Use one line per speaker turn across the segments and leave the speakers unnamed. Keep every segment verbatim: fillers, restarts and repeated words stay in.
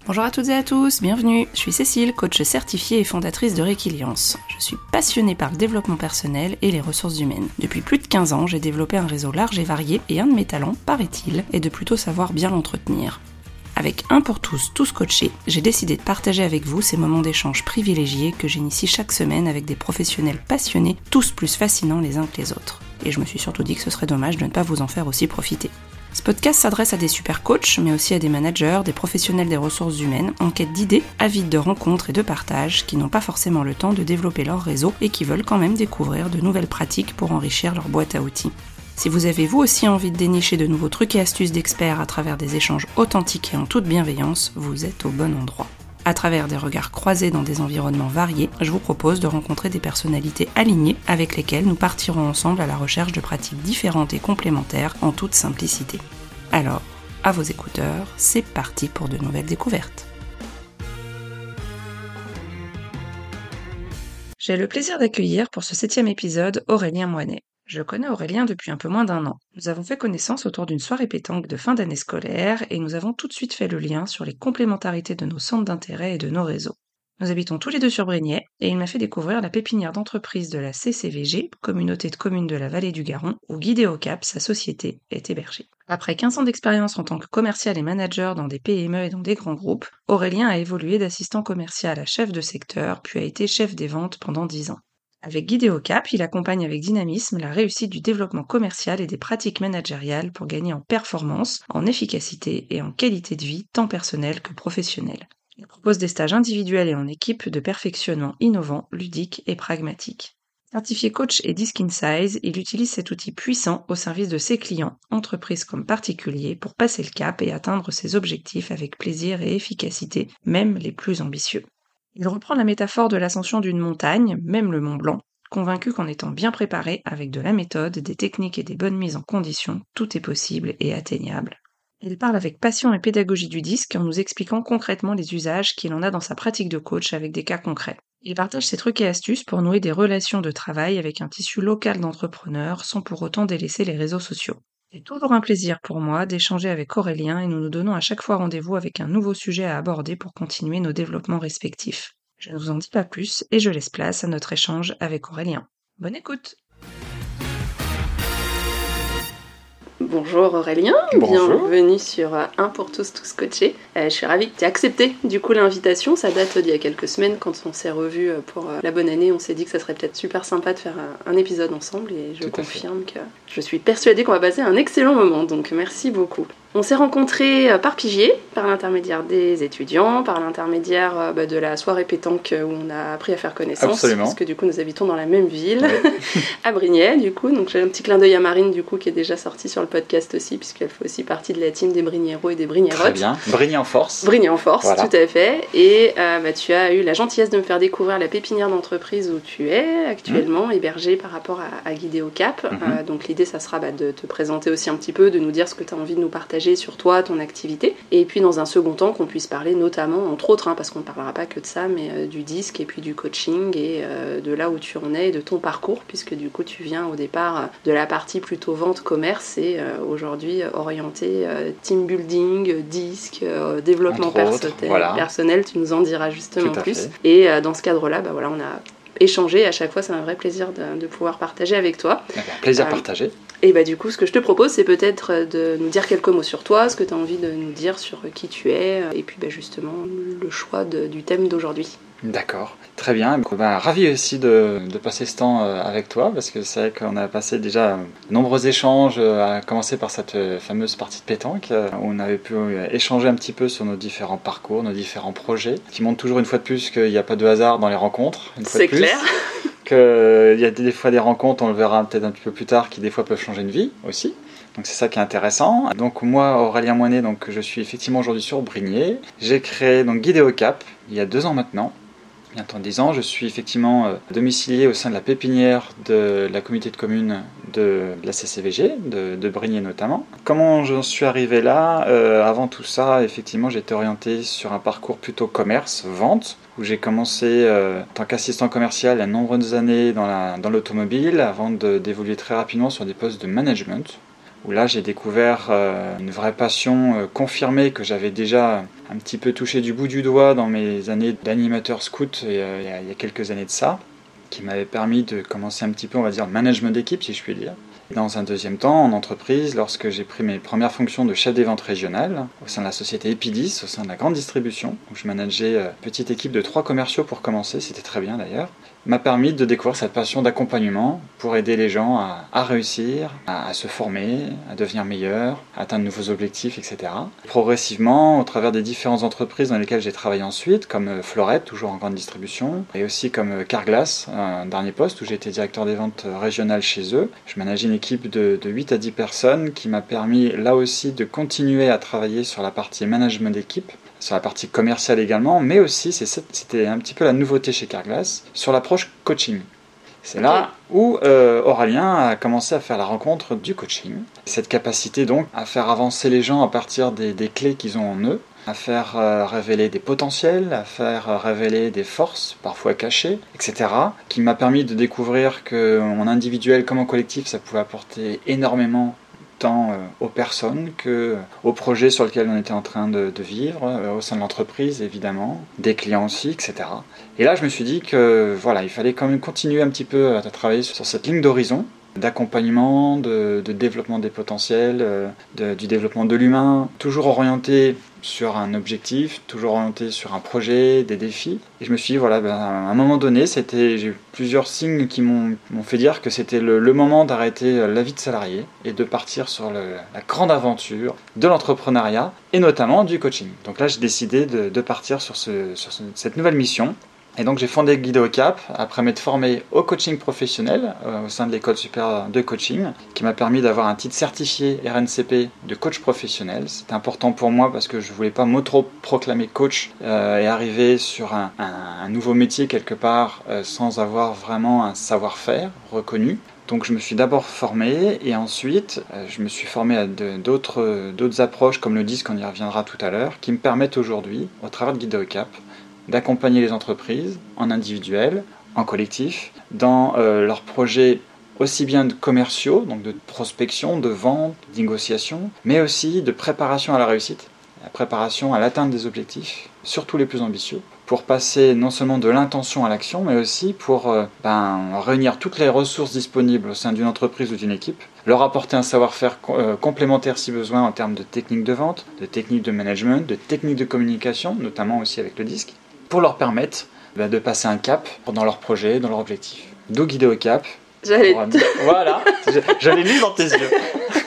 Bonjour à toutes et à tous, bienvenue. Je suis Cécile, coach certifiée et fondatrice de Réquiliance. Je suis passionnée par le développement personnel et les ressources humaines. Depuis plus de quinze ans, j'ai développé un réseau large et varié et un de mes talents, paraît-il, est de plutôt savoir bien l'entretenir. Avec Un pour tous, tous coachés, j'ai décidé de partager avec vous ces moments d'échange privilégiés que j'initie chaque semaine avec des professionnels passionnés, tous plus fascinants les uns que les autres. Et je me suis surtout dit que ce serait dommage de ne pas vous en faire aussi profiter. Ce podcast s'adresse à des super coachs, mais aussi à des managers, des professionnels des ressources humaines, en quête d'idées, avides de rencontres et de partages, qui n'ont pas forcément le temps de développer leur réseau et qui veulent quand même découvrir de nouvelles pratiques pour enrichir leur boîte à outils. Si vous avez vous aussi envie de dénicher de nouveaux trucs et astuces d'experts à travers des échanges authentiques et en toute bienveillance, vous êtes au bon endroit. À travers des regards croisés dans des environnements variés, je vous propose de rencontrer des personnalités alignées avec lesquelles nous partirons ensemble à la recherche de pratiques différentes et complémentaires en toute simplicité. Alors, à vos écouteurs, c'est parti pour de nouvelles découvertes. J'ai le plaisir d'accueillir pour ce septième épisode Aurélien Moinet. Je connais Aurélien depuis un peu moins d'un an. Nous avons fait connaissance autour d'une soirée pétanque de fin d'année scolaire et nous avons tout de suite fait le lien sur les complémentarités de nos centres d'intérêt et de nos réseaux. Nous habitons tous les deux sur Brignais et il m'a fait découvrir la pépinière d'entreprise de la C C V G, communauté de communes de la vallée du Garonne, où Guidéo Cap, sa société, est hébergée. Après quinze ans d'expérience en tant que commercial et manager dans des P M E et dans des grands groupes, Aurélien a évolué d'assistant commercial à chef de secteur, puis a été chef des ventes pendant dix ans. Avec Guidéo Cap, il accompagne avec dynamisme la réussite du développement commercial et des pratiques managériales pour gagner en performance, en efficacité et en qualité de vie tant personnelle que professionnelle. Il propose des stages individuels et en équipe de perfectionnement innovants, ludiques et pragmatiques. Certifié coach et Disc Insize, il utilise cet outil puissant au service de ses clients, entreprises comme particuliers, pour passer le cap et atteindre ses objectifs avec plaisir et efficacité, même les plus ambitieux. Il reprend la métaphore de l'ascension d'une montagne, même le Mont Blanc, convaincu qu'en étant bien préparé, avec de la méthode, des techniques et des bonnes mises en condition, tout est possible et atteignable. Il parle avec passion et pédagogie du disque en nous expliquant concrètement les usages qu'il en a dans sa pratique de coach avec des cas concrets. Il partage ses trucs et astuces pour nouer des relations de travail avec un tissu local d'entrepreneurs sans pour autant délaisser les réseaux sociaux. C'est toujours un plaisir pour moi d'échanger avec Aurélien et nous nous donnons à chaque fois rendez-vous avec un nouveau sujet à aborder pour continuer nos développements respectifs. Je ne vous en dis pas plus et je laisse place à notre échange avec Aurélien. Bonne écoute! Bonjour Aurélien,
Bonjour.
Bienvenue sur Un pour tous, tous coachés. Euh, je suis ravie que tu aies accepté du coup l'invitation, ça date d'il y a quelques semaines quand on s'est revus pour la bonne année, on s'est dit que ça serait peut-être super sympa de faire un épisode ensemble et je
Tout
confirme que je suis persuadée qu'on va passer un excellent moment, donc merci beaucoup. On s'est rencontrés par Pigier, par l'intermédiaire des étudiants, par l'intermédiaire bah, de la soirée pétanque où on a appris à faire connaissance.
Absolument.
Parce que du coup nous habitons dans la même ville,
oui.
à Brignais du coup. Donc j'ai un petit clin d'œil à Marine du coup qui est déjà sortie sur le podcast aussi, puisqu'elle fait aussi partie de la team des Brignéros et des Brignérottes.
Très bien, Brignais en force.
Brignais en force,
voilà.
Tout à fait. Et euh, bah, tu as eu la gentillesse de me faire découvrir la pépinière d'entreprise où tu es actuellement, mmh. hébergée par rapport à, à Guidéo Cap. Mmh. Euh, donc l'idée ça sera bah, de te présenter aussi un petit peu, de nous dire ce que tu as envie de nous partager sur toi, ton activité, et puis dans un second temps qu'on puisse parler notamment, entre autres, hein, parce qu'on ne parlera pas que de ça, mais euh, du disque et puis du coaching et euh, de là où tu en es et de ton parcours, puisque du coup tu viens au départ euh, de la partie plutôt vente commerce et euh, aujourd'hui euh, orienté euh, team building, euh, disque, euh, développement perso- autres, voilà. personnel, tu nous en diras justement plus. Fait. Et euh, dans ce cadre-là, bah, voilà, on a échanger. À chaque fois, c'est un vrai plaisir de, de pouvoir partager avec toi.
Eh bien, plaisir
euh,
partagé.
Et bah, du coup, ce que je te propose, c'est peut-être de nous dire quelques mots sur toi, ce que tu as envie de nous dire sur qui tu es, et puis bah, justement, le choix de, du thème d'aujourd'hui.
D'accord, très bien. Ben, ravi aussi de, de passer ce temps avec toi, parce que c'est vrai qu'on a passé déjà de nombreux échanges, à commencer par cette fameuse partie de pétanque, où on avait pu échanger un petit peu sur nos différents parcours, nos différents projets, qui montrent toujours une fois de plus qu'il n'y a pas de hasard dans les rencontres. Une fois
c'est
de plus.
clair.
Qu'il y a des fois des rencontres, on le verra peut-être un petit peu plus tard, qui des fois peuvent changer une vie aussi. Donc c'est ça qui est intéressant. Donc moi, Aurélien Moinet, donc je suis effectivement aujourd'hui sur Brignais. J'ai créé donc Guidéo Cap il y a deux ans maintenant. Bientôt dix ans, je suis effectivement domicilié au sein de la pépinière de la communauté de communes de la C C V G, de, de Brignais notamment. Comment j'en suis arrivé là ? euh, Avant tout ça, effectivement, j'étais orienté sur un parcours plutôt commerce, vente, où j'ai commencé euh, en tant qu'assistant commercial il y a de nombreuses années dans, la, dans l'automobile, avant de, d'évoluer très rapidement sur des postes de management, où là j'ai découvert euh, une vraie passion euh, confirmée que j'avais déjà un petit peu touché du bout du doigt dans mes années d'animateur scout et, euh, il, y a, il y a quelques années de ça, qui m'avait permis de commencer un petit peu, on va dire, management d'équipe, si je puis dire. Dans un deuxième temps, en entreprise, lorsque j'ai pris mes premières fonctions de chef des ventes régionales au sein de la société Epidis, au sein de la grande distribution, où je manageais une petite équipe de trois commerciaux pour commencer, c'était très bien d'ailleurs, m'a permis de découvrir cette passion d'accompagnement pour aider les gens à, à réussir, à, à se former, à devenir meilleurs, à atteindre de nouveaux objectifs, et cetera. Progressivement, au travers des différentes entreprises dans lesquelles j'ai travaillé ensuite, comme Florette, toujours en grande distribution, et aussi comme Carglass, un dernier poste où j'ai été directeur des ventes régionales chez eux. Je manageais une équipe de, de huit à dix personnes qui m'a permis là aussi de continuer à travailler sur la partie management d'équipe, sur la partie commerciale également, mais aussi, c'était un petit peu la nouveauté chez Carglass, sur l'approche coaching. C'est okay. là où euh, Aurélien a commencé à faire la rencontre du coaching. Cette capacité donc à faire avancer les gens à partir des, des clés qu'ils ont en eux, à faire euh, révéler des potentiels, à faire euh, révéler des forces, parfois cachées, et cetera, qui m'a permis de découvrir que en individuel comme en collectif, ça pouvait apporter énormément tant euh, aux personnes que aux projets sur lesquels on était en train de, de vivre, euh, au sein de l'entreprise évidemment, des clients aussi, et cetera. Et là, je me suis dit que voilà, il fallait quand même continuer un petit peu à travailler sur cette ligne d'horizon, d'accompagnement, de, de développement des potentiels, euh, de, du développement de l'humain, toujours orienté sur un objectif, toujours orienté sur un projet, des défis. Et je me suis dit, voilà, ben, à un moment donné, c'était, j'ai eu plusieurs signes qui m'ont, m'ont fait dire que c'était le, le moment d'arrêter la vie de salarié et de partir sur le, la grande aventure de l'entrepreneuriat et notamment du coaching. Donc là, j'ai décidé de, de partir sur, ce, sur ce, cette nouvelle mission. Et donc j'ai fondé Guideo Cap après m'être formé au coaching professionnel euh, au sein de l'école supérieure de coaching, qui m'a permis d'avoir un titre certifié R N C P de coach professionnel. C'était important pour moi parce que je ne voulais pas m'auto-proclamer coach euh, et arriver sur un, un, un nouveau métier quelque part euh, sans avoir vraiment un savoir-faire reconnu. Donc je me suis d'abord formé et ensuite euh, je me suis formé à de, d'autres, d'autres approches comme le disque, on y reviendra tout à l'heure, qui me permettent aujourd'hui, au travers de Guideo Cap, d'accompagner les entreprises en individuel, en collectif, dans euh, leurs projets aussi bien de commerciaux, donc de prospection, de vente, de négociation, mais aussi de préparation à la réussite, la préparation à l'atteinte des objectifs, surtout les plus ambitieux, pour passer non seulement de l'intention à l'action, mais aussi pour euh, ben, réunir toutes les ressources disponibles au sein d'une entreprise ou d'une équipe, leur apporter un savoir-faire co- euh, complémentaire si besoin en termes de techniques de vente, de techniques de management, de techniques de communication, notamment aussi avec le disque, pour leur permettre bah, de passer un cap dans leur projet, dans leur objectif. D'où Guideo Cap.
J'allais
pour... Voilà, j'allais lu dans tes yeux.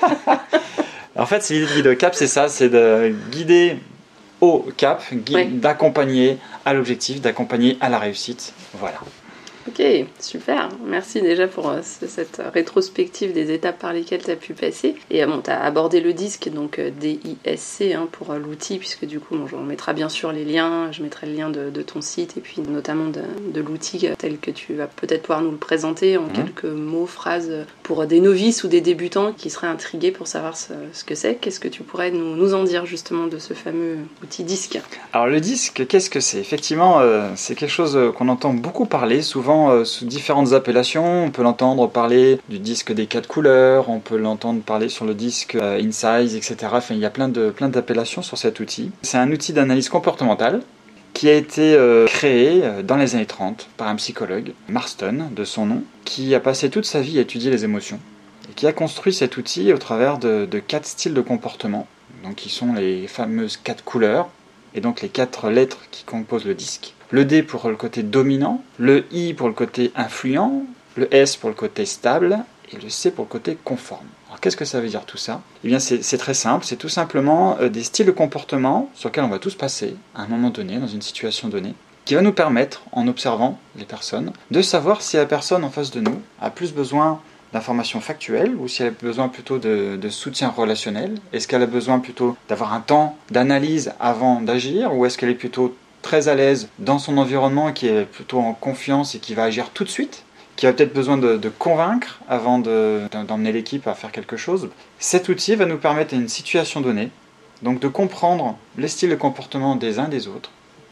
En fait, c'est l'idée de Guideo Cap, c'est ça, c'est de guider au cap, guide, ouais. d'accompagner à l'objectif, d'accompagner à la réussite. Voilà.
Ok, super. Merci déjà pour euh, cette rétrospective des étapes par lesquelles tu as pu passer. Et euh, bon, tu as abordé le disque, donc euh, D I S C hein, pour euh, l'outil, puisque du coup, bon, on mettra bien sûr les liens. Je mettrai le lien de, de ton site et puis notamment de, de l'outil euh, tel que tu vas peut-être pouvoir nous le présenter en mmh. quelques mots, phrases pour euh, des novices ou des débutants qui seraient intrigués pour savoir ce, ce que c'est. Qu'est-ce que tu pourrais nous, nous en dire justement de ce fameux outil disque ?
Alors le disque, qu'est-ce que c'est ? Effectivement, euh, c'est quelque chose qu'on entend beaucoup parler, souvent euh, sous différentes appellations. On peut l'entendre parler du disque des quatre couleurs, on peut l'entendre parler sur le disque euh, InSize, et cetera. Enfin, il y a plein de, plein d'appellations sur cet outil. C'est un outil d'analyse comportementale qui a été euh, créé euh, dans les années trente par un psychologue, Marston, de son nom, qui a passé toute sa vie à étudier les émotions et qui a construit cet outil au travers de, de quatre styles de comportement, donc qui sont les fameuses quatre couleurs et donc les quatre lettres qui composent le disque. Le D pour le côté dominant, le I pour le côté influent, le S pour le côté stable et le C pour le côté conforme. Alors qu'est-ce que ça veut dire tout ça ? Eh bien c'est, c'est très simple, c'est tout simplement euh, des styles de comportement sur lesquels on va tous passer à un moment donné, dans une situation donnée, qui va nous permettre, en observant les personnes, de savoir si la personne en face de nous a plus besoin d'informations factuelles ou si elle a besoin plutôt de, de soutien relationnel. Est-ce qu'elle a besoin plutôt d'avoir un temps d'analyse avant d'agir ou est-ce qu'elle est plutôt très à l'aise dans son environnement, qui est plutôt en confiance et qui va agir tout de suite, qui a peut-être besoin de, de convaincre avant de, d'emmener l'équipe à faire quelque chose. Cet outil va nous permettre à une situation donnée, donc de comprendre les styles de comportement des uns des autres,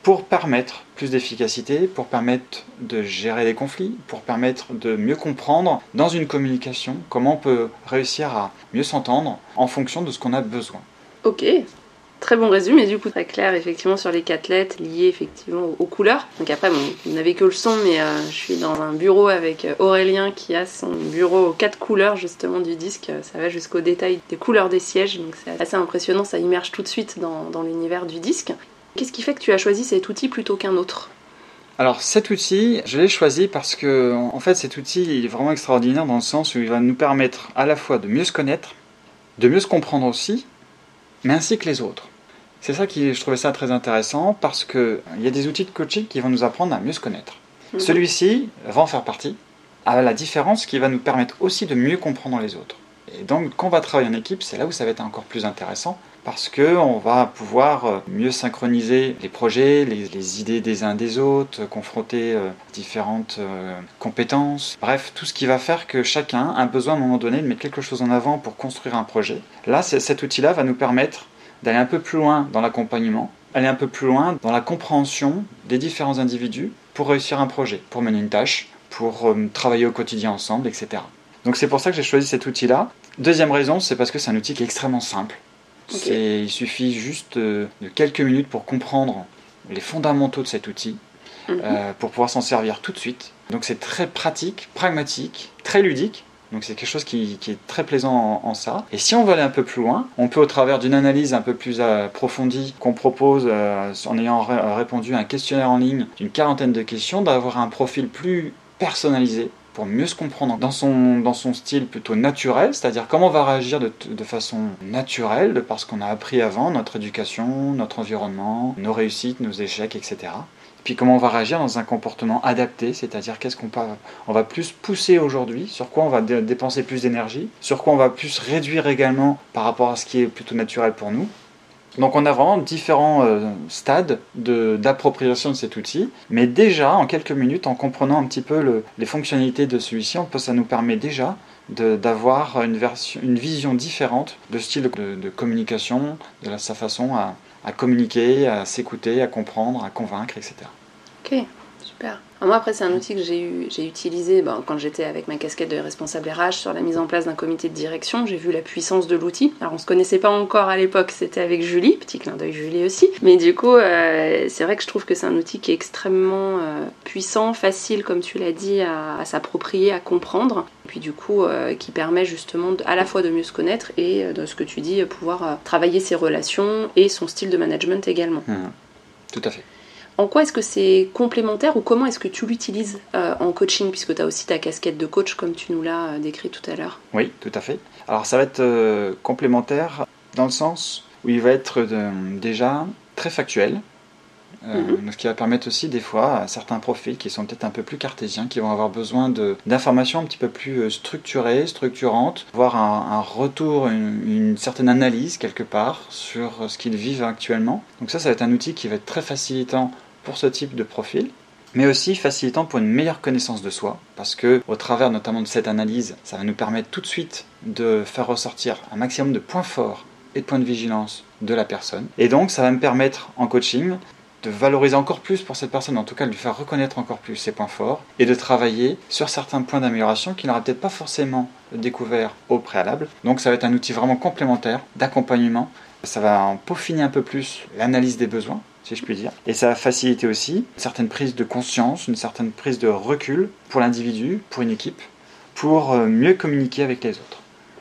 pour permettre plus d'efficacité, pour permettre de gérer les conflits, pour permettre de mieux comprendre dans une communication comment on peut réussir à mieux s'entendre en fonction de ce qu'on a besoin.
Ok, très bon résumé, du coup très clair effectivement sur les quatre lettres liées effectivement aux, aux couleurs. Donc après, bon, vous n'avez que le son, mais euh, je suis dans un bureau avec Aurélien qui a son bureau aux quatre couleurs justement du disque. Ça va jusqu'au détail des couleurs des sièges, donc c'est assez impressionnant, ça immerge tout de suite dans, dans l'univers du disque. Qu'est-ce qui fait que tu as choisi cet outil plutôt qu'un autre ?
Alors cet outil, je l'ai choisi parce que en fait cet outil il est vraiment extraordinaire dans le sens où il va nous permettre à la fois de mieux se connaître, de mieux se comprendre aussi, mais ainsi que les autres. C'est ça qui, je trouvais ça très intéressant parce qu'il y a des outils de coaching qui vont nous apprendre à mieux se connaître. Mmh. Celui-ci va en faire partie, à la différence qui va nous permettre aussi de mieux comprendre les autres. Et donc quand on va travailler en équipe, c'est là où ça va être encore plus intéressant parce qu'on va pouvoir mieux synchroniser les projets, les, les idées des uns des autres, confronter euh, différentes euh, compétences, bref, tout ce qui va faire que chacun a besoin à un moment donné de mettre quelque chose en avant pour construire un projet. Là, cet outil-là va nous permettre d'aller un peu plus loin dans l'accompagnement, aller un peu plus loin dans la compréhension des différents individus pour réussir un projet, pour mener une tâche, pour euh, travailler au quotidien ensemble, et cetera. Donc c'est pour ça que j'ai choisi cet outil-là. Deuxième raison, c'est parce que c'est un outil qui est extrêmement simple. Okay. C'est, il suffit juste de, de quelques minutes pour comprendre les fondamentaux de cet outil, mm-hmm. euh, pour pouvoir s'en servir tout de suite. Donc c'est très pratique, pragmatique, très ludique. Donc c'est quelque chose qui, qui est très plaisant en, en ça. Et si on veut aller un peu plus loin, on peut au travers d'une analyse un peu plus approfondie qu'on propose euh, en ayant ré- répondu à un questionnaire en ligne d'une quarantaine de questions, d'avoir un profil plus personnalisé pour mieux se comprendre dans son, dans son style plutôt naturel, c'est-à-dire comment on va réagir de, de façon naturelle, de par ce qu'on a appris avant, notre éducation, notre environnement, nos réussites, nos échecs, et cetera. Puis comment on va réagir dans un comportement adapté, c'est-à-dire qu'est-ce qu'on va, on va plus pousser aujourd'hui, sur quoi on va dé- dépenser plus d'énergie, sur quoi on va plus réduire également par rapport à ce qui est plutôt naturel pour nous. Donc on a vraiment différents euh, stades de, d'appropriation de cet outil, mais déjà en quelques minutes, en comprenant un petit peu le, les fonctionnalités de celui-ci, on peut, ça nous permet déjà de, d'avoir une, version, une vision différente de style de, de communication, de la, sa façon à, à communiquer, à s'écouter, à comprendre, à convaincre, et cetera.
Ok, super. Alors moi après c'est un outil que j'ai, eu, j'ai utilisé ben, quand j'étais avec ma casquette de responsable R H sur la mise en place d'un comité de direction. J'ai vu la puissance de l'outil. Alors on se connaissait pas encore à l'époque, c'était avec Julie, petit clin d'œil Julie aussi. Mais du coup euh, c'est vrai que je trouve que c'est un outil qui est extrêmement euh, puissant, facile comme tu l'as dit à, à s'approprier, à comprendre. Et puis du coup euh, qui permet justement de, à la fois de mieux se connaître et euh, de ce que tu dis, pouvoir euh, travailler ses relations et son style de management également.
Mmh, tout à fait.
En quoi est-ce que c'est complémentaire ou comment est-ce que tu l'utilises euh, en coaching, puisque tu as aussi ta casquette de coach comme tu nous l'as euh, décrit tout à l'heure?
Oui, tout à fait. Alors ça va être euh, complémentaire dans le sens où il va être de, déjà très factuel, euh, mm-hmm. ce qui va permettre aussi des fois à certains profils qui sont peut-être un peu plus cartésiens, qui vont avoir besoin de, d'informations un petit peu plus structurées, structurantes, voire un, un retour, une, une certaine analyse quelque part sur ce qu'ils vivent actuellement. Donc ça, ça va être un outil qui va être très facilitant pour ce type de profil, mais aussi facilitant pour une meilleure connaissance de soi, parce que au travers notamment de cette analyse, ça va nous permettre tout de suite de faire ressortir un maximum de points forts et de points de vigilance de la personne. Et donc ça va me permettre en coaching de valoriser encore plus pour cette personne, en tout cas de lui faire reconnaître encore plus ses points forts, et de travailler sur certains points d'amélioration qu'il n'aura peut-être pas forcément découvert au préalable. Donc ça va être un outil vraiment complémentaire d'accompagnement. Ça va en peaufiner un peu plus l'analyse des besoins, si je puis dire. Et ça va faciliter aussi une certaine prise de conscience, une certaine prise de recul pour l'individu, pour une équipe, pour mieux communiquer avec les autres.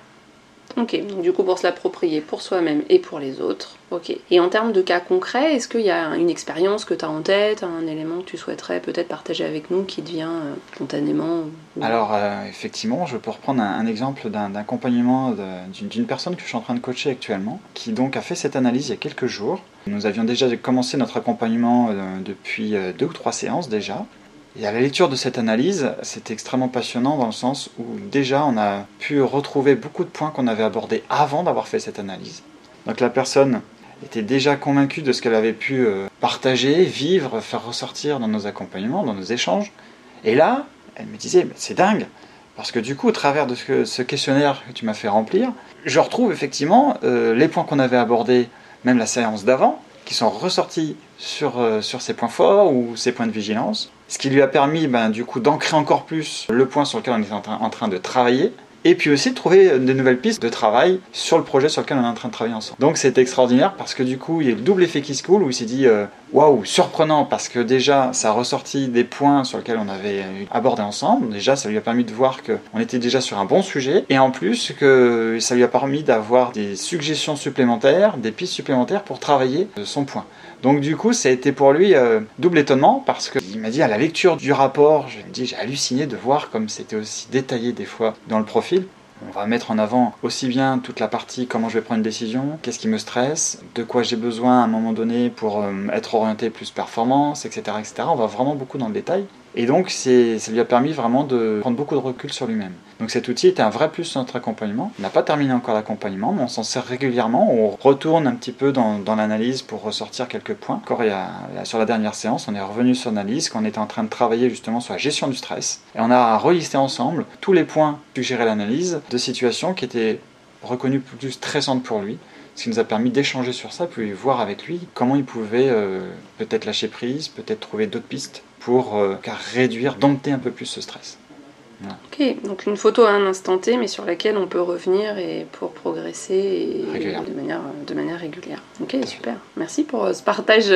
Ok, donc du coup pour se l'approprier pour soi-même et pour les autres. Ok. Et en termes de cas concrets, est-ce qu'il y a une expérience que tu as en tête, un élément que tu souhaiterais peut-être partager avec nous qui te vient euh, spontanément ou...
Alors euh, effectivement, je peux reprendre un, un exemple d'un, d'un accompagnement de, d'une, d'une personne que je suis en train de coacher actuellement, qui donc a fait cette analyse il y a quelques jours. Nous avions déjà commencé notre accompagnement euh, depuis euh, deux ou trois séances déjà. Et à la lecture de cette analyse, c'était extrêmement passionnant dans le sens où déjà on a pu retrouver beaucoup de points qu'on avait abordés avant d'avoir fait cette analyse. Donc la personne était déjà convaincue de ce qu'elle avait pu partager, vivre, faire ressortir dans nos accompagnements, dans nos échanges. Et là, elle me disait, mais c'est dingue, parce que du coup, au travers de ce, ce questionnaire que tu m'as fait remplir, je retrouve effectivement euh, les points qu'on avait abordés, même la séance d'avant, qui sont ressortis sur, euh, sur ses points forts ou ses points de vigilance, ce qui lui a permis ben, du coup d'ancrer encore plus le point sur lequel on est en train, en train de travailler, et puis aussi de trouver de nouvelles pistes de travail sur le projet sur lequel on est en train de travailler ensemble. Donc c'est extraordinaire parce que du coup il y a le double effet qui se coule où il s'est dit euh, waouh, surprenant, parce que déjà ça a ressorti des points sur lesquels on avait abordé ensemble. Déjà ça lui a permis de voir qu'on était déjà sur un bon sujet, et en plus que ça lui a permis d'avoir des suggestions supplémentaires, des pistes supplémentaires pour travailler son point. Donc du coup, ça a été pour lui euh, double étonnement, parce qu'il m'a dit à la lecture du rapport, je me dis, j'ai halluciné de voir comme c'était aussi détaillé des fois dans le profil. On va mettre en avant aussi bien toute la partie comment je vais prendre une décision, qu'est-ce qui me stresse, de quoi j'ai besoin à un moment donné pour euh, être orienté plus performance, et cetera, et cetera. On va vraiment beaucoup dans le détail. Et donc, c'est, ça lui a permis vraiment de prendre beaucoup de recul sur lui-même. Donc cet outil était un vrai plus sur notre accompagnement. On n'a pas terminé encore l'accompagnement, mais on s'en sert régulièrement. On retourne un petit peu dans, dans l'analyse pour ressortir quelques points. Encore il y a, sur la dernière séance, on est revenu sur l'analyse, quand on était en train de travailler justement sur la gestion du stress. Et on a relisté ensemble tous les points suggérés à l'analyse de situations qui étaient reconnues plus stressantes pour lui. Ce qui nous a permis d'échanger sur ça, puis voir avec lui comment il pouvait euh, peut-être lâcher prise, peut-être trouver d'autres pistes pour euh, réduire, dompter un peu plus ce stress. Voilà.
Ok, donc une photo à un instant T, mais sur laquelle on peut revenir et pour progresser et de manière, de manière régulière. Ok, super. Merci pour ce partage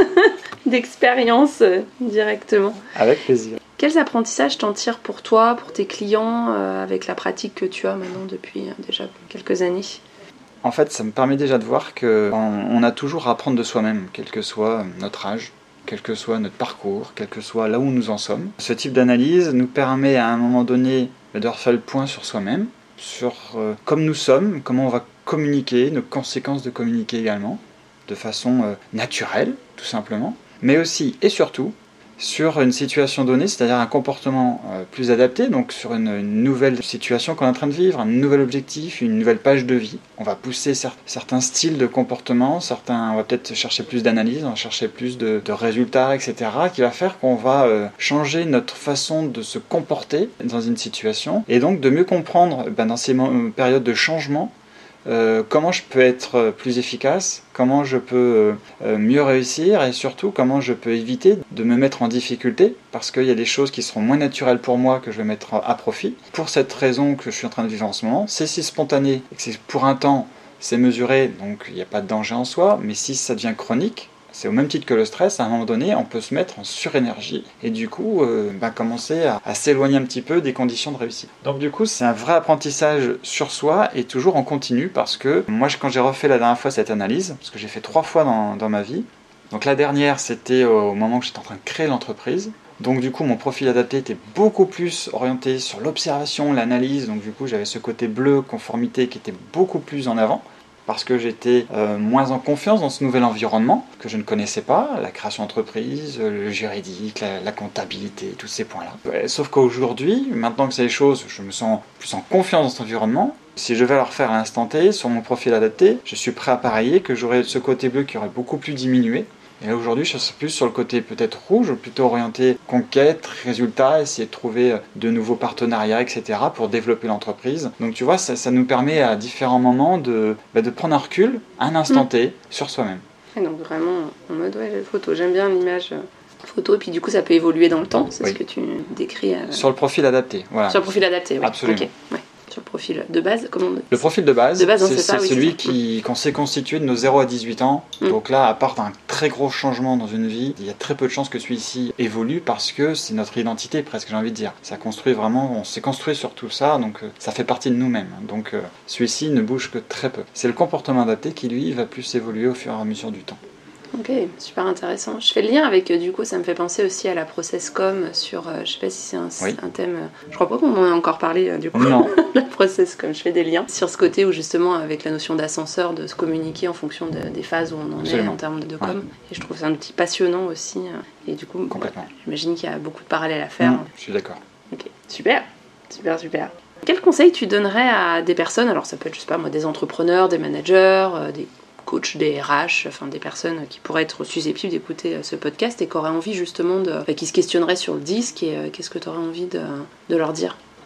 d'expérience euh, directement.
Avec plaisir.
Quels apprentissages t'en tires pour toi, pour tes clients, euh, avec la pratique que tu as maintenant depuis euh, déjà quelques années ?
En fait, ça me permet déjà de voir qu'on a toujours à apprendre de soi-même, quel que soit notre âge, quel que soit notre parcours, quel que soit là où nous en sommes. Ce type d'analyse nous permet à un moment donné de refaire le point sur soi-même, sur euh, comme nous sommes, comment on va communiquer, nos conséquences de communiquer également, de façon euh, naturelle, tout simplement, mais aussi et surtout sur une situation donnée, c'est-à-dire un comportement euh, plus adapté, donc sur une, une nouvelle situation qu'on est en train de vivre, un nouvel objectif, une nouvelle page de vie. On va pousser cer- certains styles de comportement, certains, on va peut-être chercher plus d'analyse, on va chercher plus de, de résultats, et cetera, qui va faire qu'on va euh, changer notre façon de se comporter dans une situation, et donc de mieux comprendre ben, dans ces mo- périodes de changement, Euh, comment je peux être plus efficace, comment je peux euh, mieux réussir, et surtout comment je peux éviter de me mettre en difficulté, parce qu'il y a des choses qui seront moins naturelles pour moi que je vais mettre à profit. Pour cette raison que je suis en train de vivre en ce moment, c'est si spontané et que c'est pour un temps, c'est mesuré, donc il n'y a pas de danger en soi, mais si ça devient chronique, c'est au même titre que le stress, à un moment donné, on peut se mettre en surénergie et du coup euh, bah, commencer à, à s'éloigner un petit peu des conditions de réussite. Donc du coup, c'est un vrai apprentissage sur soi et toujours en continu, parce que moi, quand j'ai refait la dernière fois cette analyse, parce que j'ai fait trois fois dans, dans ma vie, donc la dernière, c'était au moment où j'étais en train de créer l'entreprise. Donc du coup, mon profil adapté était beaucoup plus orienté sur l'observation, l'analyse, donc du coup, j'avais ce côté bleu, conformité, qui était beaucoup plus en avant, parce que j'étais euh, moins en confiance dans ce nouvel environnement que je ne connaissais pas, la création d'entreprise, le juridique, la, la comptabilité, tous ces points-là. Ouais, sauf qu'aujourd'hui, maintenant que c'est les choses, je me sens plus en confiance dans cet environnement. Si je vais leur faire à l'instant T, sur mon profil adapté, je suis prêt à parier que j'aurai ce côté bleu qui aurait beaucoup plus diminué. Et là aujourd'hui, je suis plus sur le côté peut-être rouge, plutôt orienté conquête, résultat, essayer de trouver de nouveaux partenariats, et cetera pour développer l'entreprise. Donc tu vois, ça, ça nous permet à différents moments de, bah, de prendre un recul, un instant T, mmh. sur soi-même.
Et donc vraiment en mode ouais, photo, j'aime bien l'image photo, et puis du coup ça peut évoluer dans le temps, c'est oui. ce que tu décris. Euh...
Sur le profil adapté, voilà.
Sur le profil adapté, oui.
Absolument.
Okay. Ouais. Sur le profil de base, comment on...
Le profil de base,
de base non,
c'est,
c'est, ça,
c'est
oui,
celui
c'est
qui, qu'on s'est constitué de nos zéro à dix-huit ans. Mm. Donc là, à part d'un très gros changement dans une vie, il y a très peu de chances que celui-ci évolue, parce que c'est notre identité, presque, j'ai envie de dire. Ça construit vraiment, on s'est construit sur tout ça, donc euh, ça fait partie de nous-mêmes. Donc euh, celui-ci ne bouge que très peu. C'est le comportement adapté qui, lui, va plus évoluer au fur et à mesure du temps.
Ok, super intéressant. Je fais le lien avec, du coup, ça me fait penser aussi à la process com sur, euh, je sais pas si c'est un, oui. un thème, euh, je crois pas qu'on en a encore parlé, euh, du coup,
non.
la process com, je fais des liens sur ce côté où justement, avec la notion d'ascenseur, de se communiquer en fonction de, des phases où on en Absolument. est en termes de com, ouais. et je trouve ça un petit passionnant aussi, euh, et du coup,
complètement.
Ouais, j'imagine qu'il y a beaucoup de parallèles à faire.
Mmh, je suis d'accord.
Ok, super, super, super. Quel conseil tu donnerais à des personnes, alors ça peut être, je sais pas moi, des entrepreneurs, des managers, euh, des coach, des R H, enfin des personnes qui pourraient être susceptibles d'écouter ce podcast et qui auraient envie justement de, enfin, qui se questionneraient sur le disque, et euh, qu'est-ce que tu aurais envie de, de leur dire?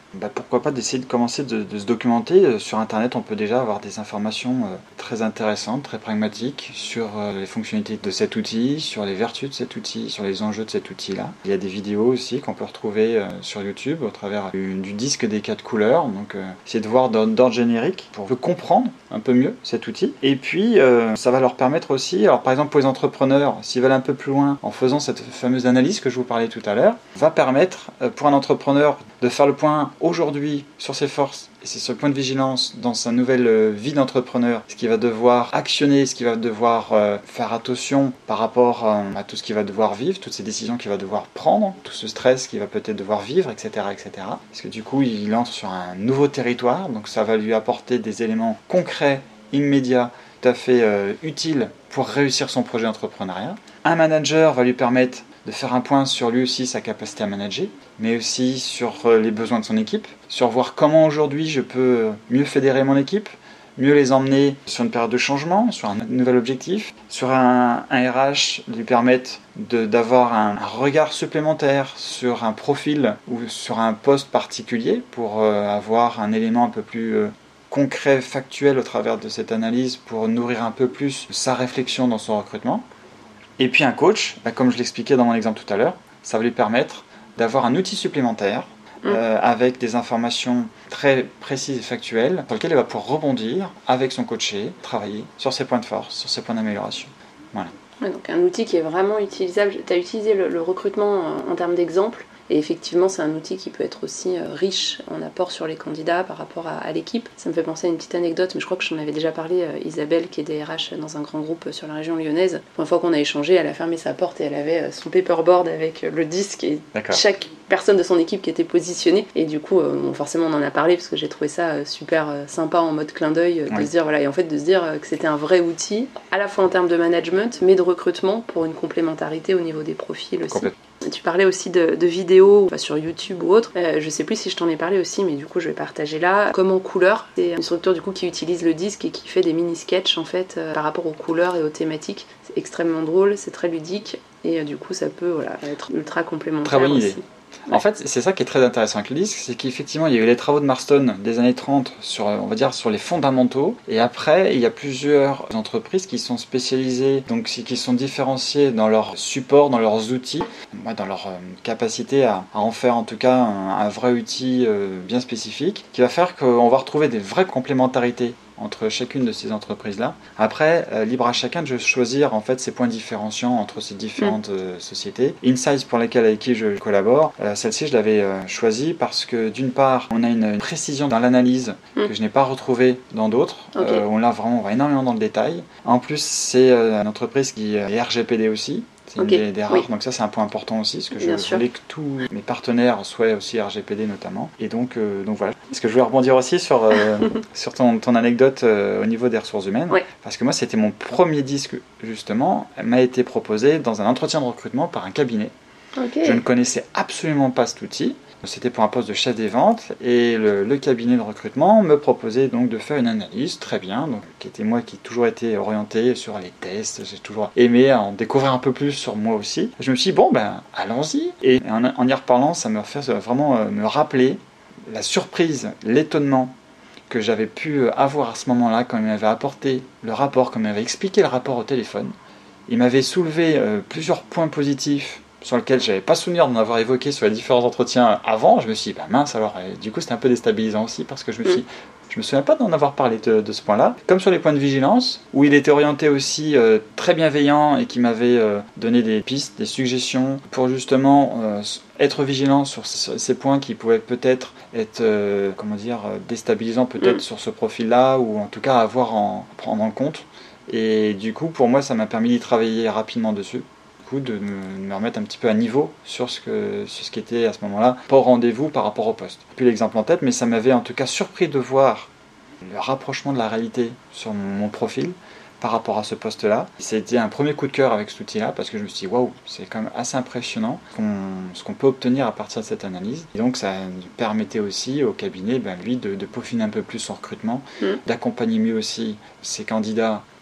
bah, pourquoi pas d'essayer de commencer de, de se documenter. Sur Internet, on peut déjà avoir des informations euh, très intéressantes, très pragmatiques sur euh, les fonctionnalités de cet outil, sur les vertus de cet outil, sur les enjeux de cet outil-là. Il y a des vidéos aussi qu'on peut retrouver euh, sur YouTube au travers du, du disque des quatre couleurs. Donc, euh, essayer de voir d'ordre générique pour comprendre un peu mieux cet outil. Et puis, euh, ça va leur permettre aussi, alors par exemple pour les entrepreneurs, s'ils veulent un peu plus loin en faisant cette fameuse analyse que je vous parlais tout à l'heure, va permettre euh, pour un entrepreneur de faire le point aujourd'hui sur ses forces et c'est ce point de vigilance dans sa nouvelle euh, vie d'entrepreneur, ce qu'il va devoir actionner, ce qu'il va devoir euh, faire attention par rapport euh, à tout ce qu'il va devoir vivre, toutes ces décisions qu'il va devoir prendre, tout ce stress qu'il va peut-être devoir vivre, et cetera, et cetera. Parce que du coup, il entre sur un nouveau territoire, donc ça va lui apporter des éléments concrets, immédiats, tout à fait euh, utiles pour réussir son projet entrepreneurial. Un manager va lui permettre de faire un point sur lui aussi, sa capacité à manager, mais aussi sur les besoins de son équipe, sur voir comment aujourd'hui je peux mieux fédérer mon équipe, mieux les emmener sur une période de changement, sur un nouvel objectif, sur un, un R H, lui permettre de, d'avoir un, un regard supplémentaire sur un profil ou sur un poste particulier pour euh, avoir un élément un peu plus euh, concret, factuel au travers de cette analyse pour nourrir un peu plus sa réflexion dans son recrutement. Et puis un coach, bah comme je l'expliquais dans mon exemple tout à l'heure, ça va lui permettre d'avoir un outil supplémentaire mmh. euh, avec des informations très précises et factuelles sur lesquelles il va pouvoir rebondir avec son coaché, travailler sur ses points de force, sur ses points d'amélioration. Voilà.
Ouais, donc un outil qui est vraiment utilisable. Tu as utilisé le, le recrutement en, en termes d'exemple. Et effectivement, c'est un outil qui peut être aussi riche en apport sur les candidats par rapport à, à l'équipe. Ça me fait penser à une petite anecdote, mais je crois que j'en avais déjà parlé. Euh, Isabelle, qui est D R H dans un grand groupe sur la région lyonnaise, la première fois qu'on a échangé, elle a fermé sa porte et elle avait son paperboard avec le disque et D'accord. chaque personne de son équipe qui était positionnée. Et du coup, euh, bon, forcément, on en a parlé parce que j'ai trouvé ça super sympa en mode clin d'œil, de oui. se dire, voilà, et en fait, de se dire que c'était un vrai outil, à la fois en termes de management, mais de recrutement pour une complémentarité au niveau des profils aussi. Complètement. Tu parlais aussi de, de vidéos sur YouTube ou autre. Euh, je sais plus si je t'en ai parlé aussi, mais du coup je vais partager là. Comme en couleur, c'est une structure du coup qui utilise le disque et qui fait des mini-sketchs en fait euh, par rapport aux couleurs et aux thématiques. C'est extrêmement drôle, c'est très ludique et euh, du coup ça peut voilà, être ultra complémentaire.
Très bonne
aussi.
idée. Ouais. En fait, c'est ça qui est très intéressant avec le disque, c'est qu'effectivement, il y a eu les travaux de Marston des années trente sur, on va dire, sur les fondamentaux. Et après, il y a plusieurs entreprises qui sont spécialisées, donc qui sont différenciées dans leur support, dans leurs outils, dans leur capacité à, à en faire en tout cas un, un vrai outil bien spécifique, qui va faire qu'on va retrouver des vraies complémentarités entre chacune de ces entreprises-là. Après, euh, libre à chacun de choisir en fait ses points différenciants entre ces différentes mmh. euh, sociétés. Insights, pour laquelle avec qui je collabore, euh, celle-ci je l'avais euh, choisie parce que d'une part, on a une, une précision dans l'analyse mmh. que je n'ai pas retrouvée dans d'autres. Okay. Euh, on l'a vraiment, on va énormément dans le détail. En plus, c'est euh, une entreprise qui est R G P D aussi. C'est okay. une des, des rares, oui. donc ça c'est un point important aussi, parce que je Bien voulais sûr. que tous mes partenaires soient aussi R G P D notamment. Et donc, euh, donc voilà. Parce que je voulais rebondir aussi sur, euh, sur ton, ton anecdote euh, au niveau des ressources humaines. Oui. Parce que moi c'était mon premier disque justement, elle m'a été proposé dans un entretien de recrutement par un cabinet. Okay. Je ne connaissais absolument pas cet outil. C'était pour un poste de chef des ventes et le, le cabinet de recrutement me proposait donc de faire une analyse, très bien, donc, qui était moi qui ai toujours été orienté sur les tests, j'ai toujours aimé en découvrir un peu plus sur moi aussi. Je me suis dit, bon ben allons-y. Et en, en y reparlant, ça me fait vraiment euh, me rappeler la surprise, l'étonnement que j'avais pu avoir à ce moment-là quand il m'avait apporté le rapport, quand il m'avait expliqué le rapport au téléphone. Il m'avait soulevé euh, plusieurs points positifs sur lequel j'avais pas souvenir d'en avoir évoqué sur les différents entretiens avant. Je me suis dit, bah mince alors, et du coup c'était un peu déstabilisant aussi parce que je me suis, je me souviens pas d'en avoir parlé de, de ce point-là. Comme sur les points de vigilance, où il était orienté aussi euh, très bienveillant et qui m'avait euh, donné des pistes, des suggestions pour justement euh, être vigilant sur ces points qui pouvaient peut-être être, euh, comment dire, déstabilisants peut-être mmh. sur ce profil-là ou en tout cas à avoir en à prendre en compte. Et du coup, pour moi, ça m'a permis d'y travailler rapidement dessus. De me, de me remettre un petit peu à niveau sur ce, que, sur ce qui était à ce moment-là pas au rendez-vous par rapport au poste. Plus l'exemple en tête, mais ça m'avait en tout cas surpris de voir le rapprochement de la réalité sur mon, mon profil par rapport à ce poste-là. C'était un premier coup de cœur avec cet outil-là parce que je me suis dit waouh, c'est quand même assez impressionnant qu'on, ce qu'on peut obtenir à partir de cette analyse. Et donc ça permettait aussi au cabinet, ben, lui, de, de peaufiner un peu plus son recrutement, mmh. d'accompagner mieux aussi ses candidats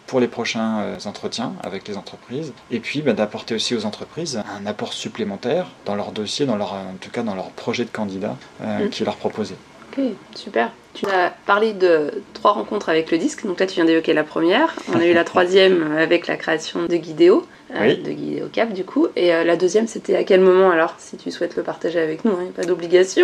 pour les prochains euh, entretiens avec les entreprises, et puis bah, d'apporter aussi aux entreprises un apport supplémentaire dans leur dossier, dans leur, en tout cas dans leur projet de candidat euh, mmh. qui est leur proposé.
Ok, super. Tu as parlé de trois rencontres avec le disque, donc là tu viens d'évoquer la première, on a eu la troisième avec la création de Guidéo, euh, oui. de Guidéo Cap du coup, et euh, la deuxième c'était à quel moment alors, si tu souhaites le partager avec nous, hein, pas d'obligation.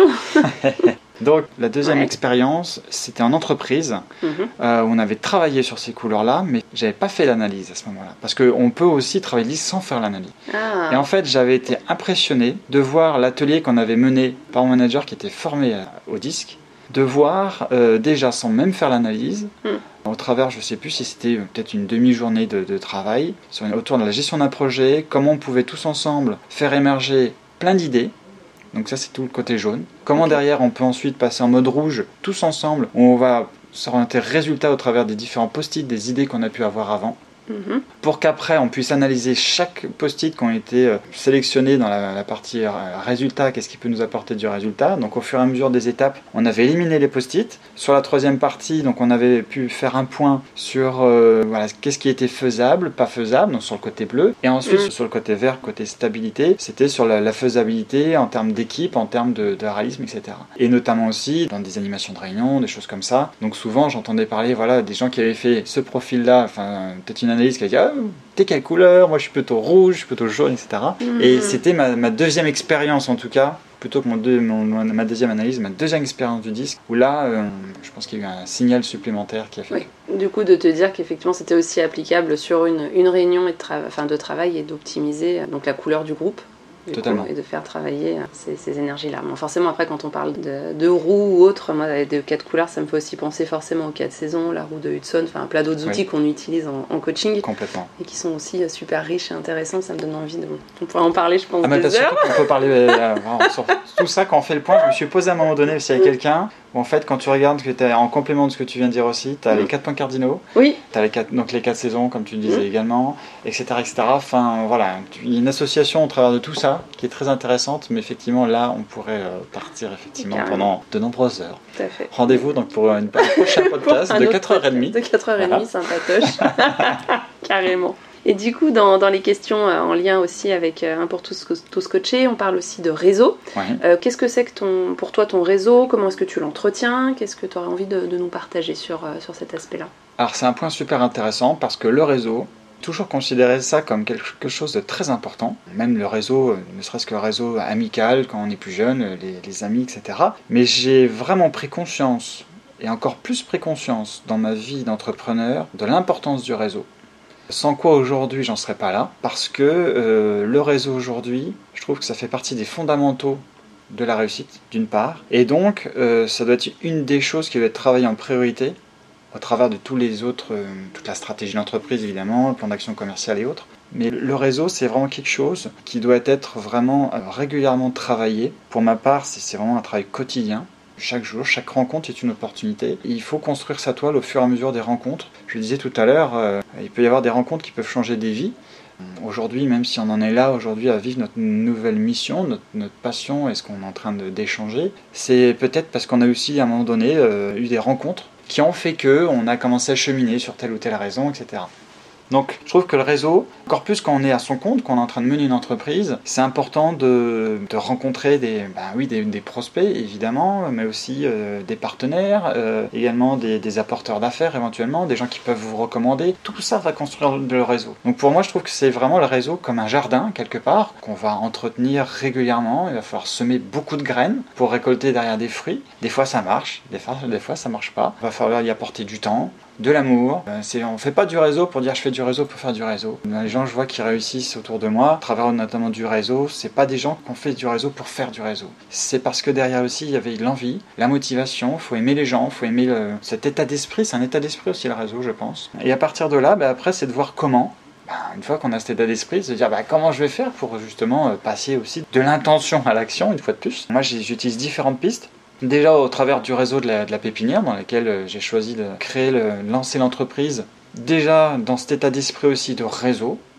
Donc la deuxième
ouais. expérience,
c'était en entreprise, mm-hmm. euh, où on avait travaillé sur ces couleurs-là, mais j'avais pas fait l'analyse à ce moment-là, parce qu'on peut aussi travailler le disque sans faire l'analyse.
Ah.
Et en fait j'avais été impressionné de voir l'atelier qu'on avait mené par mon manager qui était formé au disque, de voir euh, déjà sans même faire l'analyse, mm. au travers, je ne sais plus si c'était peut-être une demi-journée de, de travail, sur une, autour de la gestion d'un projet, comment on pouvait tous ensemble faire émerger plein d'idées. Donc ça c'est tout le côté jaune. Comment okay. derrière on peut ensuite passer en mode rouge, tous ensemble, où on va s'orienter résultat au travers des différents post-it, des idées qu'on a pu avoir avant. Mmh. Pour qu'après on puisse analyser chaque post-it qui ont été euh, sélectionnés dans la, la partie euh, résultat, qu'est-ce qui peut nous apporter du résultat. Donc au fur et à mesure des étapes, on avait éliminé les post-it. Sur la troisième partie, donc on avait pu faire un point sur euh, voilà, qu'est-ce qui était faisable, pas faisable, donc sur le côté bleu. Et ensuite mmh. sur le côté vert, côté stabilité, c'était sur la, la faisabilité en termes d'équipe, en termes de, de réalisme, et cetera. Et notamment aussi dans des animations de réunion, des choses comme ça. Donc souvent j'entendais parler voilà, des gens qui avaient fait ce profil-là, enfin peut-être une analyse qui a dit ah, t'es quelle couleur, moi je suis plutôt rouge, je suis plutôt jaune, et cetera. Mmh. Et c'était ma, ma deuxième expérience en tout cas, plutôt que mon deux, mon, ma deuxième analyse, ma deuxième expérience du disque, où là, euh, je pense qu'il y a eu un signal supplémentaire qui a fait.
Oui. Du coup, de te dire qu'effectivement c'était aussi applicable sur une, une réunion et de, tra- enfin, de travail et d'optimiser donc la couleur du groupe.
Totalement.
Coup, et de faire travailler ces, ces énergies-là. Bon, forcément, après, quand on parle de, de roues ou autre, moi, de quatre couleurs, ça me fait aussi penser forcément aux quatre saisons, la roue de Hudson, enfin, un plein d'autres outils oui. qu'on utilise en, en coaching.
Complètement.
Et qui sont aussi super riches et intéressants. Ça me donne envie de... On pourrait en parler, je pense,
ah, mais
des heures.
On peut parler euh, sur tout ça quand on fait le point. Je me suis posé à un moment donné, s'il y a quelqu'un, où en fait, quand tu regardes, que t'es en complément de ce que tu viens de dire aussi, tu as mmh. les quatre points cardinaux,
oui.
tu as les quatre, donc les quatre saisons, comme tu le disais mmh. également, et cetera, et cetera. Enfin, voilà, il y a une association au travers de tout ça qui est très intéressante. Mais effectivement, là, on pourrait partir effectivement pendant de nombreuses heures.
Tout à fait.
Rendez-vous donc pour une, un prochain podcast de quatre heures trente.
De quatre heures trente, voilà. Sympatoche. Carrément. Et du coup, dans, dans les questions euh, en lien aussi avec euh, un pour tous, tous coachés, on parle aussi de réseau.
Ouais.
Euh, qu'est-ce que c'est que ton, pour toi ton réseau ? Comment est-ce que tu l'entretiens ? Qu'est-ce que tu aurais envie de, de nous partager sur, euh, sur cet aspect-là ?
Alors, c'est un point super intéressant parce que le réseau, toujours considérer ça comme quelque chose de très important, même le réseau, ne serait-ce que le réseau amical quand on est plus jeune, les, les amis, et cetera. Mais j'ai vraiment pris conscience, et encore plus pris conscience dans ma vie d'entrepreneur, de l'importance du réseau. Sans quoi aujourd'hui j'en serais pas là, parce que euh, le réseau aujourd'hui, je trouve que ça fait partie des fondamentaux de la réussite, d'une part, et donc euh, ça doit être une des choses qui doit être travaillée en priorité, au travers de tous les autres, euh, toute la stratégie d'entreprise évidemment, le plan d'action commerciale et autres. Mais le réseau, c'est vraiment quelque chose qui doit être vraiment euh, régulièrement travaillé. Pour ma part, c'est, c'est vraiment un travail quotidien. Chaque jour, chaque rencontre est une opportunité. Et il faut construire sa toile au fur et à mesure des rencontres. Je le disais tout à l'heure, euh, il peut y avoir des rencontres qui peuvent changer des vies. Aujourd'hui, même si on en est là aujourd'hui à vivre notre nouvelle mission, notre, notre passion et ce qu'on est en train de, d'échanger, c'est peut-être parce qu'on a aussi à un moment donné euh, eu des rencontres qui ont fait qu'on a commencé à cheminer sur telle ou telle raison, et cetera. Donc je trouve que le réseau, encore plus quand on est à son compte, quand on est en train de mener une entreprise, c'est important de, de rencontrer des, ben oui, des, des prospects évidemment, mais aussi euh, des partenaires, euh, également des, des apporteurs d'affaires éventuellement, des gens qui peuvent vous recommander. Tout ça va construire le réseau. Donc pour moi je trouve que c'est vraiment le réseau comme un jardin quelque part, qu'on va entretenir régulièrement. Il va falloir semer beaucoup de graines pour récolter derrière des fruits. Des fois ça marche, des fois, des fois ça marche pas. Il va falloir y apporter du temps, de l'amour. C'est, on ne fait pas du réseau pour dire je fais du réseau pour faire du réseau. Les gens, je vois, qui réussissent autour de moi, à travers notamment du réseau, c'est pas des gens qui ont fait du réseau pour faire du réseau. C'est parce que derrière aussi, il y avait l'envie, la motivation, il faut aimer les gens, il faut aimer le... cet état d'esprit, c'est un état d'esprit aussi le réseau, je pense. Et à partir de là, bah, après, c'est de voir comment. Bah, une fois qu'on a cet état d'esprit, se dire bah, comment je vais faire pour justement euh, passer aussi de l'intention à l'action, une fois de plus. Moi, j'utilise différentes pistes. Déjà au travers du réseau de la, de la pépinière dans lequel j'ai choisi de créer, le, lancer l'entreprise. Déjà dans cet état d'esprit aussi de réseau,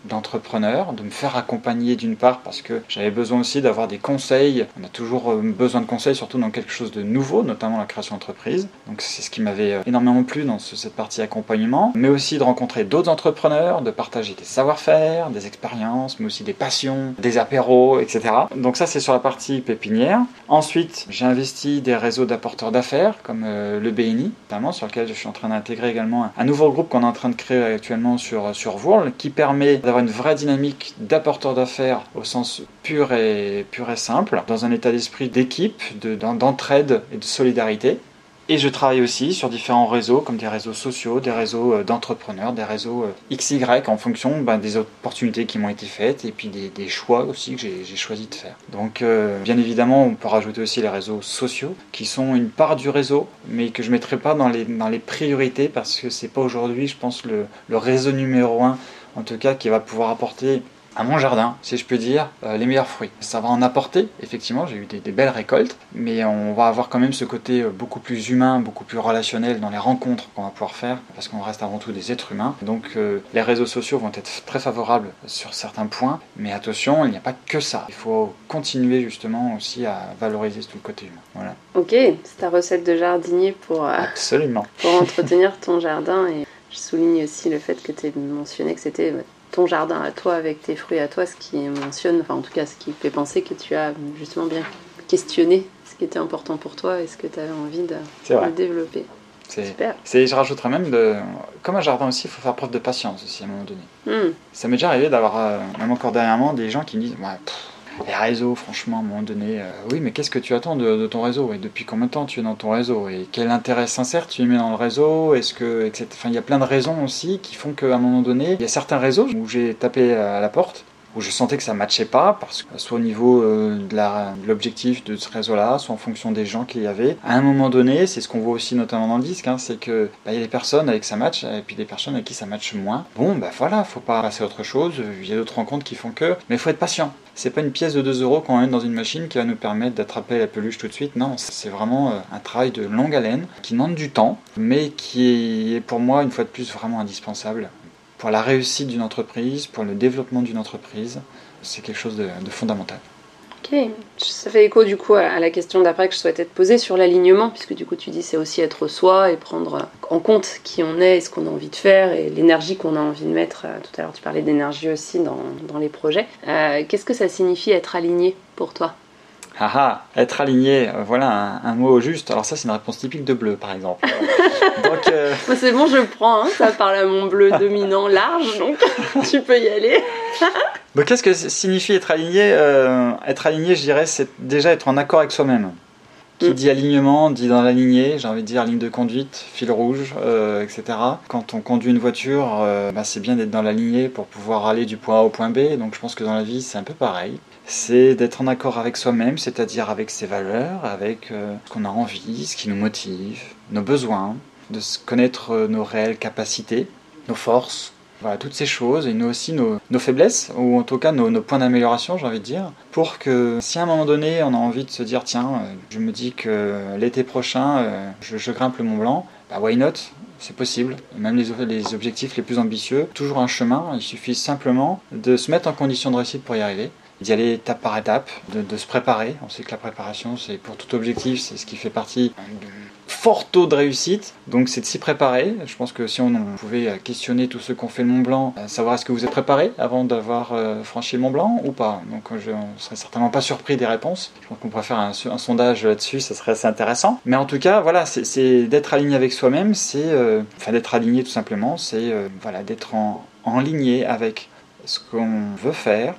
d'entrepreneurs, de me faire accompagner d'une part parce que j'avais besoin aussi d'avoir des conseils. On a toujours besoin de conseils, surtout dans quelque chose de nouveau, notamment la création d'entreprise. Donc c'est ce qui m'avait énormément plu dans ce, cette partie accompagnement, mais aussi de rencontrer d'autres entrepreneurs, de partager des savoir-faire, des expériences, mais aussi des passions, des apéros, et cetera. Donc ça c'est sur la partie pépinière. Ensuite, j'ai investi des réseaux d'apporteurs d'affaires comme euh, le B N I, notamment sur lequel je suis en train d'intégrer également un, un nouveau groupe qu'on est en train de créer actuellement sur, sur Vourles, qui permet d'avoir une vraie dynamique d'apporteurs d'affaires au sens pur et, pur et simple, dans un état d'esprit d'équipe, de, d'entraide et de solidarité. Et je travaille aussi sur différents réseaux, comme des réseaux sociaux, des réseaux d'entrepreneurs, des réseaux X Y, en fonction ben, des opportunités qui m'ont été faites et puis des, des choix aussi que j'ai, j'ai choisi de faire. Donc, euh, bien évidemment, on peut rajouter aussi les réseaux sociaux, qui sont une part du réseau, mais que je ne mettrai pas dans les, dans les priorités, parce que c'est pas aujourd'hui, je pense, le, le réseau numéro un, en tout cas, qui va pouvoir apporter à mon jardin, si je peux dire, euh, les meilleurs fruits. Ça va en apporter, effectivement, j'ai eu des, des belles récoltes, mais on va avoir quand même ce côté beaucoup plus humain, beaucoup plus relationnel dans les rencontres qu'on va pouvoir faire, parce qu'on reste avant tout des êtres humains. Donc euh, les réseaux sociaux vont être très favorables sur certains points, mais attention, il n'y a pas que ça. Il faut continuer justement aussi à valoriser tout le côté humain. Voilà.
Ok, c'est ta recette de jardinier pour, euh,
Absolument.
pour entretenir ton jardin. Et je souligne aussi le fait que tu aies mentionné que c'était ton jardin à toi, avec tes fruits à toi, ce qui mentionne, enfin en tout cas ce qui fait penser que tu as justement bien questionné ce qui était important pour toi et ce que tu avais envie de, de développer.
C'est,
Super.
C'est, je rajouterais même, de, comme un jardin aussi, il faut faire preuve de patience aussi à un moment donné.
Mm.
Ça m'est déjà arrivé d'avoir, euh, même encore dernièrement, des gens qui me disent ouais, pff, les réseaux, franchement, à un moment donné, euh, oui, mais qu'est-ce que tu attends de, de ton réseau et depuis combien de temps tu es dans ton réseau et quel intérêt sincère tu y mets dans le réseau, est-ce que, et cetera. Enfin, il y a plein de raisons aussi qui font qu'à un moment donné, il y a certains réseaux où j'ai tapé à la porte, où je sentais que ça ne matchait pas, parce que soit au niveau euh, de, la, de l'objectif de ce réseau-là, soit en fonction des gens qu'il y avait. À un moment donné, c'est ce qu'on voit aussi notamment dans le disque, hein, c'est que bah, y a des personnes avec qui ça match, et puis des personnes avec qui ça matche moins. Bon, bah voilà, faut pas passer à autre chose, il y a d'autres rencontres qui font que... Mais il faut être patient. C'est pas une pièce de deux euros qu'on met dans une machine qui va nous permettre d'attraper la peluche tout de suite. Non, c'est vraiment un travail de longue haleine, qui demande du temps, mais qui est pour moi, une fois de plus, vraiment indispensable. Pour la réussite d'une entreprise, pour le développement d'une entreprise, c'est quelque chose de, de fondamental.
Ok, ça fait écho du coup à la question d'après que je souhaitais te poser sur l'alignement, puisque du coup tu dis c'est aussi être soi et prendre en compte qui on est et ce qu'on a envie de faire et l'énergie qu'on a envie de mettre. Tout à l'heure tu parlais d'énergie aussi dans, dans les projets. Euh, qu'est-ce que ça signifie être aligné pour toi ?
Ah ah, être aligné, voilà un, un mot juste. Alors ça c'est une réponse typique de bleu par exemple. Donc, euh...
Moi, c'est bon, je prends, hein, ça parle à mon bleu dominant large, donc tu peux y aller.
Donc qu'est-ce que signifie être aligné ? euh, Être aligné, je dirais, c'est déjà être en accord avec soi-même. Qui mm. dit alignement, dit dans la lignée, j'ai envie de dire ligne de conduite, fil rouge, euh, et cetera. Quand on conduit une voiture, euh, bah, c'est bien d'être dans la lignée pour pouvoir aller du point A au point B. Donc je pense que dans la vie, c'est un peu pareil. C'est d'être en accord avec soi-même, c'est-à-dire avec ses valeurs, avec euh, ce qu'on a envie, ce qui nous motive, nos besoins, de connaître nos réelles capacités, nos forces, voilà, toutes ces choses, et nous aussi nos, nos faiblesses, ou en tout cas nos, nos points d'amélioration, j'ai envie de dire, pour que si à un moment donné on a envie de se dire tiens, euh, je me dis que l'été prochain euh, je, je grimpe le Mont Blanc, bah why not ? C'est possible, même les, les objectifs les plus ambitieux, toujours un chemin, il suffit simplement de se mettre en condition de réussite pour y arriver, d'y aller étape par étape, de, de se préparer. On sait que la préparation, c'est pour tout objectif, c'est ce qui fait partie du fort taux de réussite, donc c'est de s'y préparer. Je pense que si on, on pouvait questionner tous ceux qui ont fait le Mont Blanc, savoir est-ce que vous êtes préparé avant d'avoir euh, franchi le Mont Blanc ou pas. Donc je ne serais certainement pas surpris des réponses. Je pense qu'on pourrait faire un, un sondage là-dessus, ça serait assez intéressant. Mais en tout cas, voilà, c'est, c'est d'être aligné avec soi-même, c'est, euh, enfin d'être aligné tout simplement, c'est euh, voilà, d'être en, en lignée avec ce qu'on veut faire,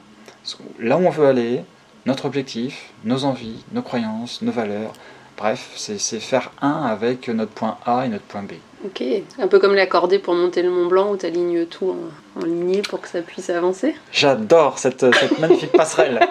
là où on veut aller, notre objectif, nos envies, nos croyances, nos valeurs. Bref, c'est, c'est faire un avec notre point A et notre point B.
Ok, un peu comme l'accordé pour monter le Mont Blanc où tu alignes tout en, en lignée pour que ça puisse avancer.
J'adore cette, cette magnifique passerelle.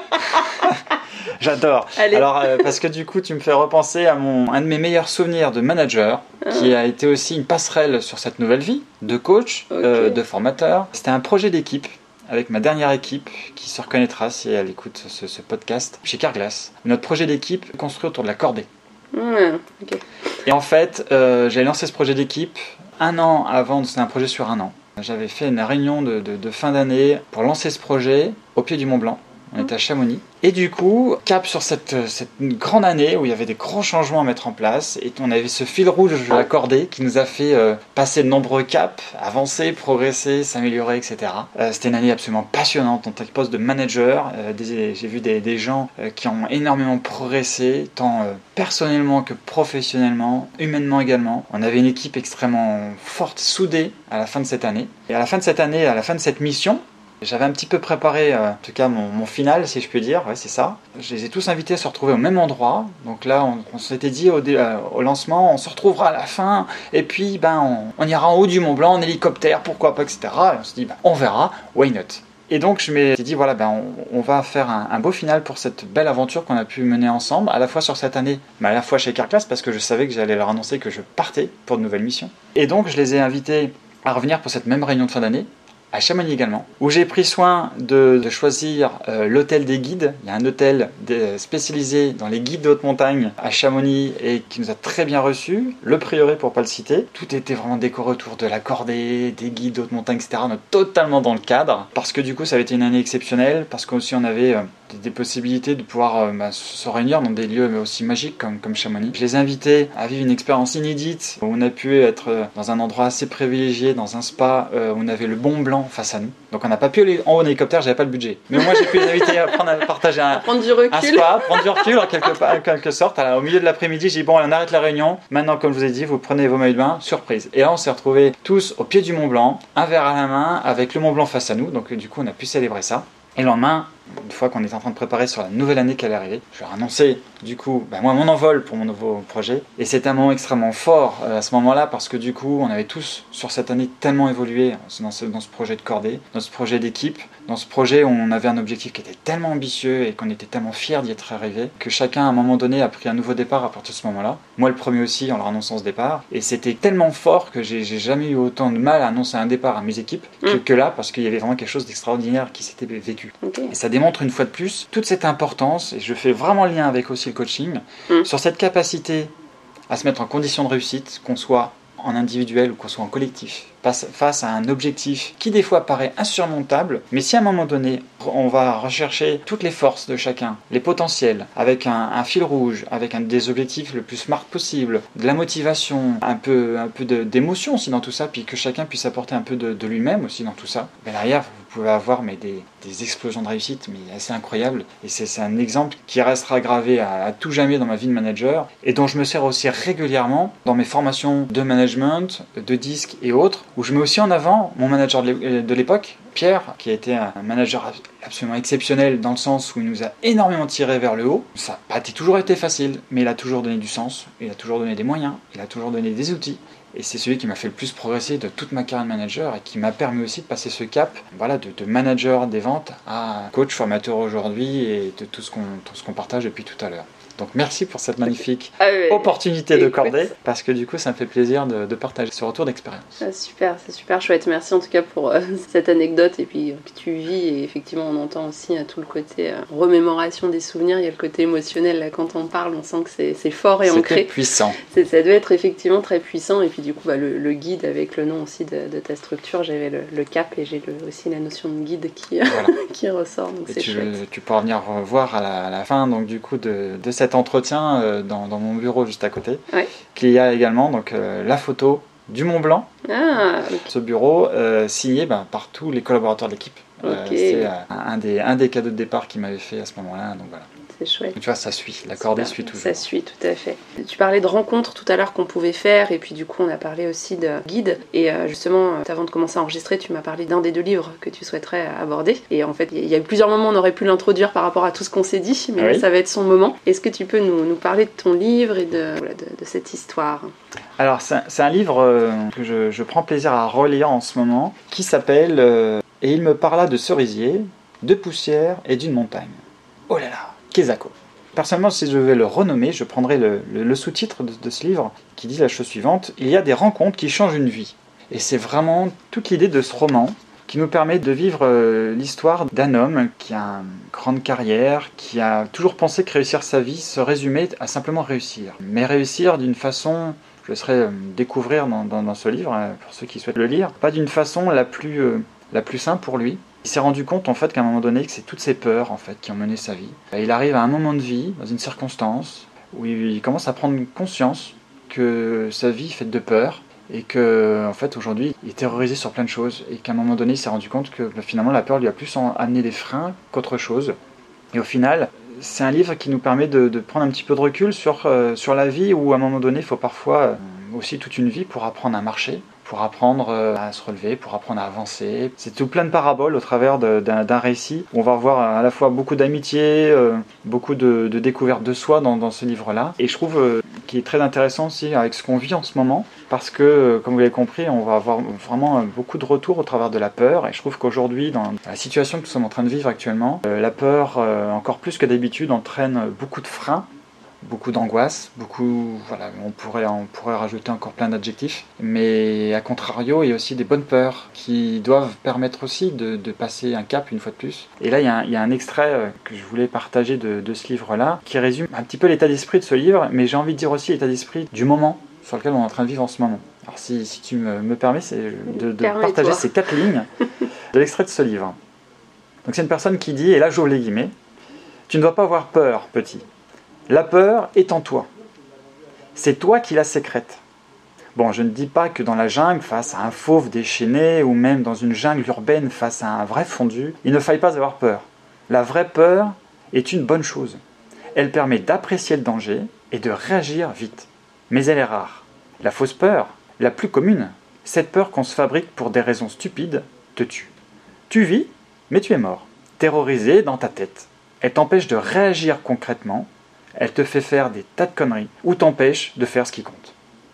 J'adore. Allez. Alors, euh, parce que du coup, tu me fais repenser à mon, un de mes meilleurs souvenirs de manager, ah. qui a été aussi une passerelle sur cette nouvelle vie, de coach, okay. euh, de formateur. C'était un projet d'équipe avec ma dernière équipe qui se reconnaîtra si elle écoute ce, ce podcast, chez Carglass. Notre projet d'équipe construit autour de la cordée.
Mmh, okay.
Et en fait, euh, j'avais lancé ce projet d'équipe un an avant, c'était un projet sur un an. J'avais fait une réunion de, de, de fin d'année pour lancer ce projet au pied du Mont Blanc. On était à Chamonix. Et du coup, cap sur cette, cette grande année où il y avait des grands changements à mettre en place. Et on avait ce fil rouge accordé qui nous a fait euh, passer de nombreux caps, avancer, progresser, s'améliorer, et cetera. Euh, c'était une année absolument passionnante en tant que poste de manager. Euh, des, j'ai vu des, des gens euh, qui ont énormément progressé, tant euh, personnellement que professionnellement, humainement également. On avait une équipe extrêmement forte, soudée à la fin de cette année. Et à la fin de cette année, à la fin de cette mission, j'avais un petit peu préparé, euh, en tout cas, mon, mon final, si je peux dire, ouais, c'est ça. Je les ai tous invités à se retrouver au même endroit. Donc là, on, on s'était dit au, euh, au lancement, on se retrouvera à la fin, et puis ben, on, on ira en haut du Mont Blanc en hélicoptère, pourquoi pas, et cetera. Et on se dit, ben, on verra, why not? Et donc je m'étais dit, voilà, ben, on, on va faire un, un beau final pour cette belle aventure qu'on a pu mener ensemble, à la fois sur cette année, mais à la fois chez Carclass, parce que je savais que j'allais leur annoncer que je partais pour de nouvelles missions. Et donc je les ai invités à revenir pour cette même réunion de fin d'année, à Chamonix également, où j'ai pris soin de, de choisir euh, l'hôtel des guides. Il y a un hôtel de, spécialisé dans les guides de haute montagne à Chamonix et qui nous a très bien reçus, le Prieuré pour pas le citer. Tout était vraiment décoré autour de la cordée, des guides de haute montagne, et cetera. On est totalement dans le cadre, parce que du coup ça avait été une année exceptionnelle, parce qu'aussi on avait euh, des, des possibilités de pouvoir euh, bah, se réunir dans des lieux aussi magiques comme, comme Chamonix. Je les ai invités à vivre une expérience inédite, où on a pu être dans un endroit assez privilégié, dans un spa euh, où on avait le Mont Blanc face à nous. Donc on n'a pas pu aller en haut en hélicoptère, j'avais pas le budget. Mais moi j'ai pu les inviter à, prendre, à partager un,
prendre du recul.
un spa, prendre du recul en quelque, en quelque sorte. Alors, au milieu de l'après-midi, j'ai dit bon, on arrête la réunion. Maintenant, comme je vous ai dit, vous prenez vos maillots de bain, surprise. Et là, on s'est retrouvés tous au pied du Mont Blanc, un verre à la main, avec le Mont Blanc face à nous. Donc du coup, on a pu célébrer ça. Et le lendemain, une fois qu'on était en train de préparer sur la nouvelle année qui allait arriver, je leur ai annoncé, du coup, ben moi, mon envol pour mon nouveau projet. Et c'était un moment extrêmement fort euh, à ce moment-là, parce que du coup, on avait tous, sur cette année, tellement évolué dans ce, dans ce projet de cordée, dans ce projet d'équipe, dans ce projet où on avait un objectif qui était tellement ambitieux et qu'on était tellement fiers d'y être arrivé, que chacun, à un moment donné, a pris un nouveau départ à partir de ce moment-là. Moi, le premier aussi, en leur annonçant ce départ. Et c'était tellement fort que j'ai, j'ai jamais eu autant de mal à annoncer un départ à mes équipes que, mmh. que là, parce qu'il y avait vraiment quelque chose d'extraordinaire qui s'était vécu. Okay. Et ça démontre une fois de plus toute cette importance, et je fais vraiment le lien avec aussi le coaching, mmh. sur cette capacité à se mettre en condition de réussite, qu'on soit en individuel ou qu'on soit en collectif, face à un objectif qui des fois paraît insurmontable, mais si à un moment donné on va rechercher toutes les forces de chacun, les potentiels, avec un, un fil rouge, avec un, des objectifs le plus smart possible, de la motivation, un peu, un peu de, d'émotion aussi dans tout ça, puis que chacun puisse apporter un peu de, de lui-même aussi dans tout ça, ben derrière vous pouvez avoir mais des, des explosions de réussite mais assez incroyables, et c'est, c'est un exemple qui restera gravé à, à tout jamais dans ma vie de manager, et dont je me sers aussi régulièrement dans mes formations de management, de disques et autres, où je mets aussi en avant mon manager de l'époque, Pierre, qui a été un manager absolument exceptionnel dans le sens où il nous a énormément tiré vers le haut. Ça n'a pas toujours été facile, mais il a toujours donné du sens, il a toujours donné des moyens, il a toujours donné des outils. Et c'est celui qui m'a fait le plus progresser de toute ma carrière de manager et qui m'a permis aussi de passer ce cap, voilà, de, de manager des ventes à coach formateur aujourd'hui, et de tout ce qu'on, tout ce qu'on partage depuis tout à l'heure. Donc merci pour cette magnifique ah oui, opportunité de cordée, parce que du coup ça me fait plaisir de, de partager ce retour d'expérience.
Ah, super, c'est super chouette. Merci en tout cas pour euh, cette anecdote et puis euh, que tu vis, et effectivement on entend aussi euh, tout le côté euh, remémoration des souvenirs, il y a le côté émotionnel là, quand on parle, on sent que c'est, c'est fort et
C'était
ancré.
puissant.
C'est, ça doit être effectivement très puissant, et puis du coup bah, le, le guide avec le nom aussi de, de ta structure, j'avais le, le cap et j'ai le, aussi la notion de guide qui, voilà. qui ressort, donc
et
c'est
tu,
chouette.
Tu pourras venir voir à la, à la fin donc, du coup de, de cette entretien euh, dans, dans mon bureau juste à côté,
ouais.
qu'il y a également donc, euh, la photo du Mont Blanc,
ah, okay.
ce bureau euh, signé ben, par tous les collaborateurs de l'équipe.
Okay.
Euh, c'est euh, un, des, un des cadeaux de départ qu'il m'avait fait à ce moment-là, donc voilà.
C'est chouette.
Tu vois, ça suit, la cordée suit toujours.
Ça suit, tout à fait. Tu parlais de rencontres tout à l'heure qu'on pouvait faire, et puis du coup on a parlé aussi de guide, et euh, justement avant de commencer à enregistrer, tu m'as parlé d'un des deux livres que tu souhaiterais aborder, et en fait il y a eu plusieurs moments, on aurait pu l'introduire par rapport à tout ce qu'on s'est dit, mais
oui.
là ça va être son moment. Est-ce que tu peux nous, nous parler de ton livre et de, voilà, de, de cette histoire ?
Alors c'est un, c'est un livre euh, que je, je prends plaisir à relire en ce moment, qui s'appelle euh, « Et il me parla de cerisier, de poussière et d'une montagne ». Oh là là, Kezako. Personnellement, si je vais le renommer, je prendrai le, le, le sous-titre de, de ce livre qui dit la chose suivante: il y a des rencontres qui changent une vie. Et c'est vraiment toute l'idée de ce roman qui nous permet de vivre euh, l'histoire d'un homme qui a une grande carrière, qui a toujours pensé que réussir sa vie se résumait à simplement réussir. Mais réussir d'une façon, je laisserai euh, découvrir dans, dans, dans ce livre, euh, pour ceux qui souhaitent le lire, pas d'une façon la plus, euh, la plus simple pour lui. Il s'est rendu compte en fait qu'à un moment donné que c'est toutes ces peurs en fait qui ont mené sa vie. Et il arrive à un moment de vie, dans une circonstance, où il commence à prendre conscience que sa vie est faite de peur et que en fait aujourd'hui il est terrorisé sur plein de choses et qu'à un moment donné il s'est rendu compte que bah, finalement la peur lui a plus amené des freins qu'autre chose. Et au final, c'est un livre qui nous permet de, de prendre un petit peu de recul sur, euh, sur la vie où à un moment donné il faut parfois euh, aussi toute une vie pour apprendre à marcher, pour apprendre à se relever, pour apprendre à avancer. C'est tout plein de paraboles au travers de, d'un, d'un récit où on va voir à la fois beaucoup d'amitié, euh, beaucoup de, de découvertes de soi dans, dans ce livre-là. Et je trouve euh, qu'il est très intéressant aussi avec ce qu'on vit en ce moment, parce que, euh, comme vous l'avez compris, on va avoir vraiment beaucoup de retours au travers de la peur. Et je trouve qu'aujourd'hui, dans la situation que nous sommes en train de vivre actuellement, euh, la peur, euh, encore plus que d'habitude, entraîne beaucoup de freins, beaucoup d'angoisse, beaucoup, voilà, on pourrait, on pourrait rajouter encore plein d'adjectifs, mais à contrario, il y a aussi des bonnes peurs qui doivent permettre aussi de, de passer un cap une fois de plus. Et là, il y a un, il y a un extrait que je voulais partager de, de ce livre-là, qui résume un petit peu l'état d'esprit de ce livre, mais j'ai envie de dire aussi l'état d'esprit du moment sur lequel on est en train de vivre en ce moment. Alors si, si tu me, me permets, c'est de, de partager ces quatre lignes de l'extrait de ce livre. Donc c'est une personne qui dit, et là j'ouvre les guillemets, « Tu ne dois pas avoir peur, petit. La peur est en toi. C'est toi qui la sécrètes. » Bon, je ne dis pas que dans la jungle, face à un fauve déchaîné, ou même dans une jungle urbaine face à un vrai fondu, il ne faille pas avoir peur. La vraie peur est une bonne chose. Elle permet d'apprécier le danger et de réagir vite. Mais elle est rare. La fausse peur, la plus commune, cette peur qu'on se fabrique pour des raisons stupides, te tue. Tu vis, mais tu es mort. Terrorisé dans ta tête. Elle t'empêche de réagir concrètement. Elle te fait faire des tas de conneries ou t'empêche de faire ce qui compte.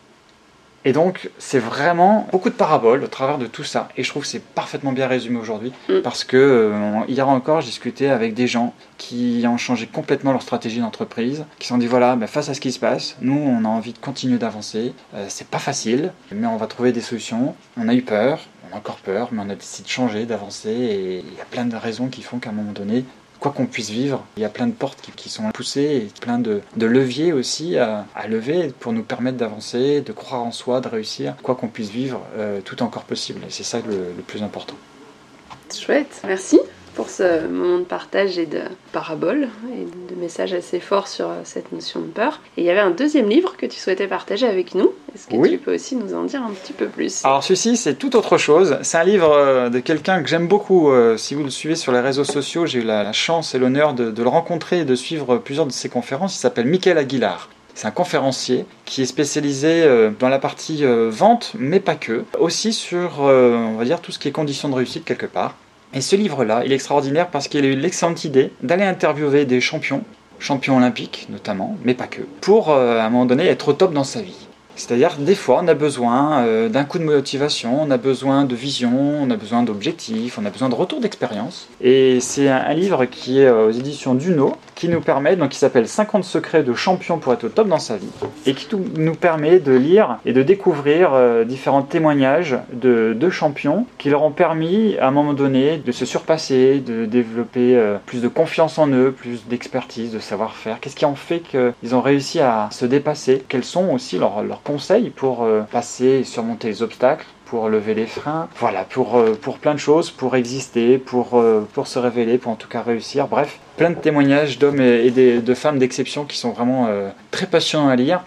Et donc, c'est vraiment beaucoup de paraboles au travers de tout ça. Et je trouve que c'est parfaitement bien résumé aujourd'hui. Mm. Parce que euh, hier encore, je discutais avec des gens qui ont changé complètement leur stratégie d'entreprise, qui se sont dit voilà, ben, face à ce qui se passe, nous, on a envie de continuer d'avancer. Euh, c'est pas facile, mais on va trouver des solutions. On a eu peur, on a encore peur, mais on a décidé de changer, d'avancer. Et il y a plein de raisons qui font qu'à un moment donné, quoi qu'on puisse vivre, il y a plein de portes qui, qui sont poussées et plein de, de leviers aussi à, à lever pour nous permettre d'avancer, de croire en soi, de réussir. Quoi qu'on puisse vivre, euh, tout est encore possible. Et c'est ça le, le plus important.
Chouette, merci pour ce moment de partage et de paraboles et de messages assez forts sur cette notion de peur. Et il y avait un deuxième livre que tu souhaitais partager avec nous. Est-ce que oui. tu peux aussi nous en dire un petit peu plus ?
Alors celui-ci, c'est tout autre chose. C'est un livre de quelqu'un que j'aime beaucoup. Si vous le suivez sur les réseaux sociaux, j'ai eu la, la chance et l'honneur de, de le rencontrer et de suivre plusieurs de ses conférences. Il s'appelle Michael Aguilar. C'est un conférencier qui est spécialisé dans la partie vente, mais pas que. Aussi sur, on va dire, tout ce qui est conditions de réussite quelque part. Et ce livre-là, il est extraordinaire parce qu'il a eu l'excellente idée d'aller interviewer des champions, champions olympiques notamment, mais pas que, pour euh, à un moment donné être au top dans sa vie. C'est-à-dire, des fois, on a besoin euh, d'un coup de motivation, on a besoin de vision, on a besoin d'objectifs, on a besoin de retour d'expérience. Et c'est un, un livre qui est euh, aux éditions Duno, qui nous permet, donc qui s'appelle cinquante secrets de champion pour être au top dans sa vie, et qui tout, nous permet de lire et de découvrir euh, différents témoignages de, de champions qui leur ont permis, à un moment donné, de se surpasser, de développer euh, plus de confiance en eux, plus d'expertise, de savoir-faire. Qu'est-ce qui en fait qu'ils ont réussi à se dépasser ? Quels sont aussi leurs, leurs conseils pour euh, passer et surmonter les obstacles, pour lever les freins, voilà, pour, euh, pour plein de choses, pour exister, pour, euh, pour se révéler, pour en tout cas réussir. Bref, plein de témoignages d'hommes et, et de, de femmes d'exception qui sont vraiment euh, très passionnants à lire.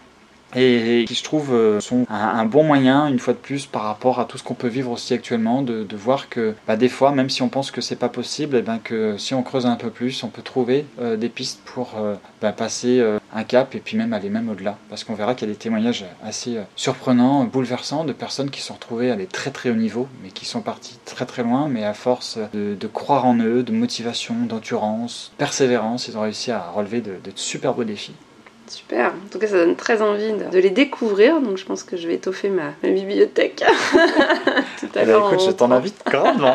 Et qui, je trouve, sont un, un bon moyen, une fois de plus, par rapport à tout ce qu'on peut vivre aussi actuellement, de, de voir que bah, des fois, même si on pense que c'est pas possible, et ben que si on creuse un peu plus, on peut trouver euh, des pistes pour euh, bah, passer euh, un cap et puis même aller même au-delà. Parce qu'on verra qu'il y a des témoignages assez euh, surprenants, bouleversants, de personnes qui se sont retrouvées à des très très hauts niveaux, mais qui sont parties très très loin, mais à force de, de croire en eux, de motivation, d'endurance, persévérance, ils ont réussi à relever de, de super beaux défis.
Super, en tout cas ça donne très envie de, de les découvrir, donc je pense que je vais étoffer ma, ma bibliothèque tout à l'heure.
Écoute, je t'en invite grandement.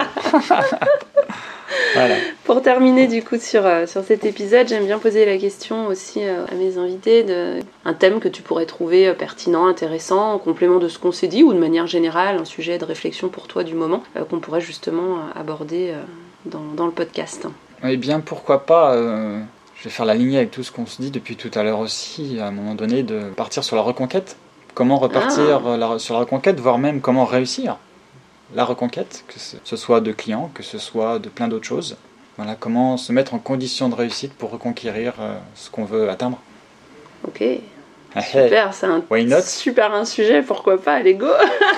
Voilà.
Pour terminer du coup sur, euh, sur cet épisode, j'aime bien poser la question aussi euh, à mes invités de un thème que tu pourrais trouver euh, pertinent, intéressant, en complément de ce qu'on s'est dit, ou de manière générale, un sujet de réflexion pour toi du moment, euh, qu'on pourrait justement euh, aborder euh, dans, dans le podcast.
Eh bien, pourquoi pas euh... Je vais faire la lignée avec tout ce qu'on se dit depuis tout à l'heure aussi, à un moment donné, de partir sur la reconquête, Comment repartir ah. la, sur la reconquête, voire même comment réussir la reconquête, que ce soit de clients, que ce soit de plein d'autres choses. Voilà, comment se mettre en condition de réussite pour reconquérir euh, ce qu'on veut atteindre.
Ok. Super, c'est un super un sujet, pourquoi pas, allez go.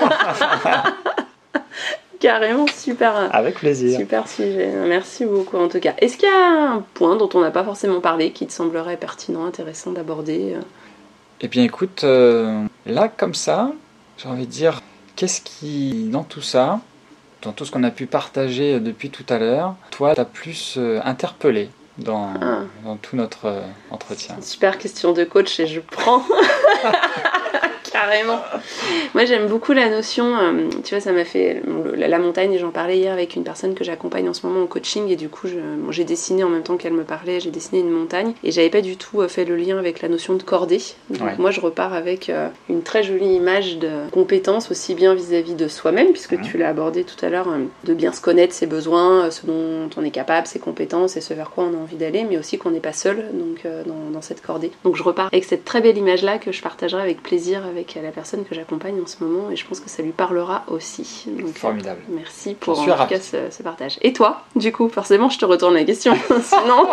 Carrément, super.
Avec plaisir.
Super sujet, merci beaucoup en tout cas. Est-ce qu'il y a un point dont on n'a pas forcément parlé qui te semblerait pertinent, intéressant d'aborder ?
Eh bien écoute, euh, là comme ça, j'ai envie de dire, qu'est-ce qui, dans tout ça, dans tout ce qu'on a pu partager depuis tout à l'heure, toi, t'as plus euh, interpellé dans, ah. dans tout notre euh, entretien ?
Super question de coach et je prends. Carrément. Moi, j'aime beaucoup la notion, euh, tu vois, ça m'a fait la, la montagne, j'en parlais hier avec une personne que j'accompagne en ce moment en coaching et du coup, je, bon, j'ai dessiné en même temps qu'elle me parlait, j'ai dessiné une montagne et j'avais pas du tout fait le lien avec la notion de cordée. Donc ouais. Moi, je repars avec euh, une très jolie image de compétence aussi bien vis-à-vis de soi-même, puisque mmh. tu l'as abordé tout à l'heure, euh, de bien se connaître, ses besoins, ce dont on est capable, ses compétences et ce vers quoi on a envie d'aller, mais aussi qu'on n'est pas seul donc, euh, dans, dans cette cordée. Donc, je repars avec cette très belle image-là que je partagerai avec plaisir avec la personne que j'accompagne en ce moment et je pense que ça lui parlera aussi. Donc,
formidable.
Euh, merci pour en tout cas ce, ce partage. Et toi, du coup, forcément, je te retourne la question. Sinon.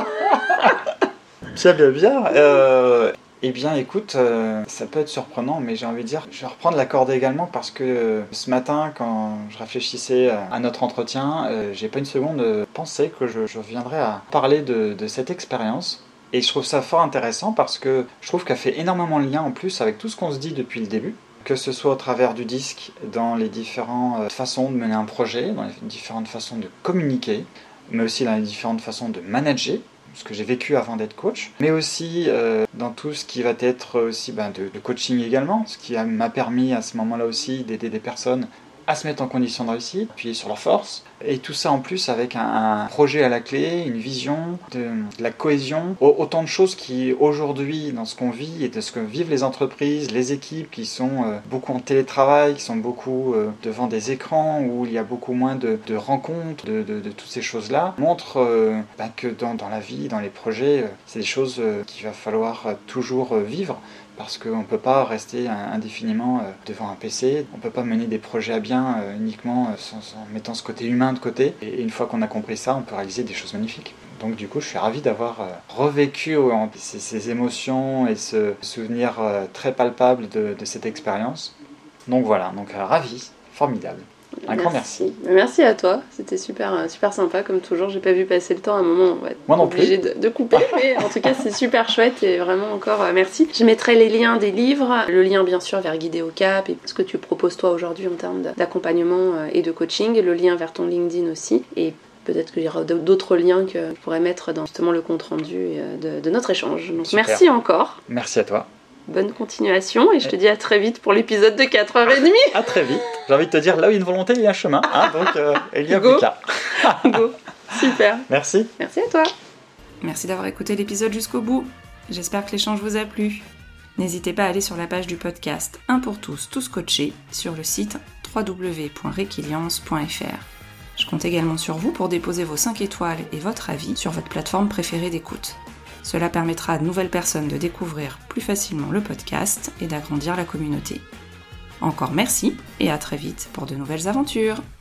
Bien, bien, bien. Euh, eh bien, écoute, euh, ça peut être surprenant, mais j'ai envie de dire, je vais reprendre la corde également parce que euh, ce matin, quand je réfléchissais à notre entretien, euh, j'ai pas une seconde pensé que je, je viendrais à parler de, de cette expérience. Et je trouve ça fort intéressant parce que je trouve qu'elle fait énormément de lien en plus avec tout ce qu'on se dit depuis le début, que ce soit au travers du disque, dans les différentes façons de mener un projet, dans les différentes façons de communiquer, mais aussi dans les différentes façons de manager, ce que j'ai vécu avant d'être coach, mais aussi euh, dans tout ce qui va être aussi ben, de, de coaching également, ce qui a, m'a permis à ce moment-là aussi d'aider des personnes à se mettre en condition de réussite, appuyer sur leurs forces, et tout ça en plus avec un, un projet à la clé, une vision, de, de la cohésion, autant de choses qui aujourd'hui dans ce qu'on vit et de ce que vivent les entreprises, les équipes qui sont euh, beaucoup en télétravail, qui sont beaucoup euh, devant des écrans, où il y a beaucoup moins de, de rencontres, de, de, de toutes ces choses-là, montrent euh, bah, que dans, dans la vie, dans les projets, euh, c'est des choses euh, qu'il va falloir euh, toujours euh, vivre. Parce qu'on ne peut pas rester indéfiniment devant un P C, on ne peut pas mener des projets à bien uniquement en mettant ce côté humain de côté. Et une fois qu'on a compris ça, on peut réaliser des choses magnifiques. Donc du coup, je suis ravi d'avoir revécu ces, ces émotions et ce souvenir très palpable de, de cette expérience. Donc voilà, donc ravi, formidable. Un
merci.
grand merci.
Merci à toi, c'était super, super sympa comme toujours. J'ai pas vu passer le temps, à un moment on va être
Moi non
obligé de, de couper, mais en tout cas c'est super chouette et vraiment encore euh, merci. Je mettrai les liens des livres, le lien bien sûr vers Guidé au Cap et ce que tu proposes toi aujourd'hui en termes d'accompagnement et de coaching, le lien vers ton LinkedIn aussi et peut-être qu'il y aura d'autres liens que je pourrais mettre dans justement le compte rendu de, de notre échange. Donc super. Merci encore.
Merci à toi.
Bonne continuation et je te dis à très vite pour l'épisode de quatre heures trente.
À très vite. J'ai envie de te dire, là où il y a une volonté, il y a un chemin. Hein, donc euh, il y a
Go.
plus qu'à.
Go. Super.
Merci.
Merci à toi.
Merci d'avoir écouté l'épisode jusqu'au bout. J'espère que l'échange vous a plu. N'hésitez pas à aller sur la page du podcast Un pour tous, tous coachés sur le site w w w point requiliance point f r. Je compte également sur vous pour déposer vos cinq étoiles et votre avis sur votre plateforme préférée d'écoute. Cela permettra à de nouvelles personnes de découvrir plus facilement le podcast et d'agrandir la communauté. Encore merci et à très vite pour de nouvelles aventures.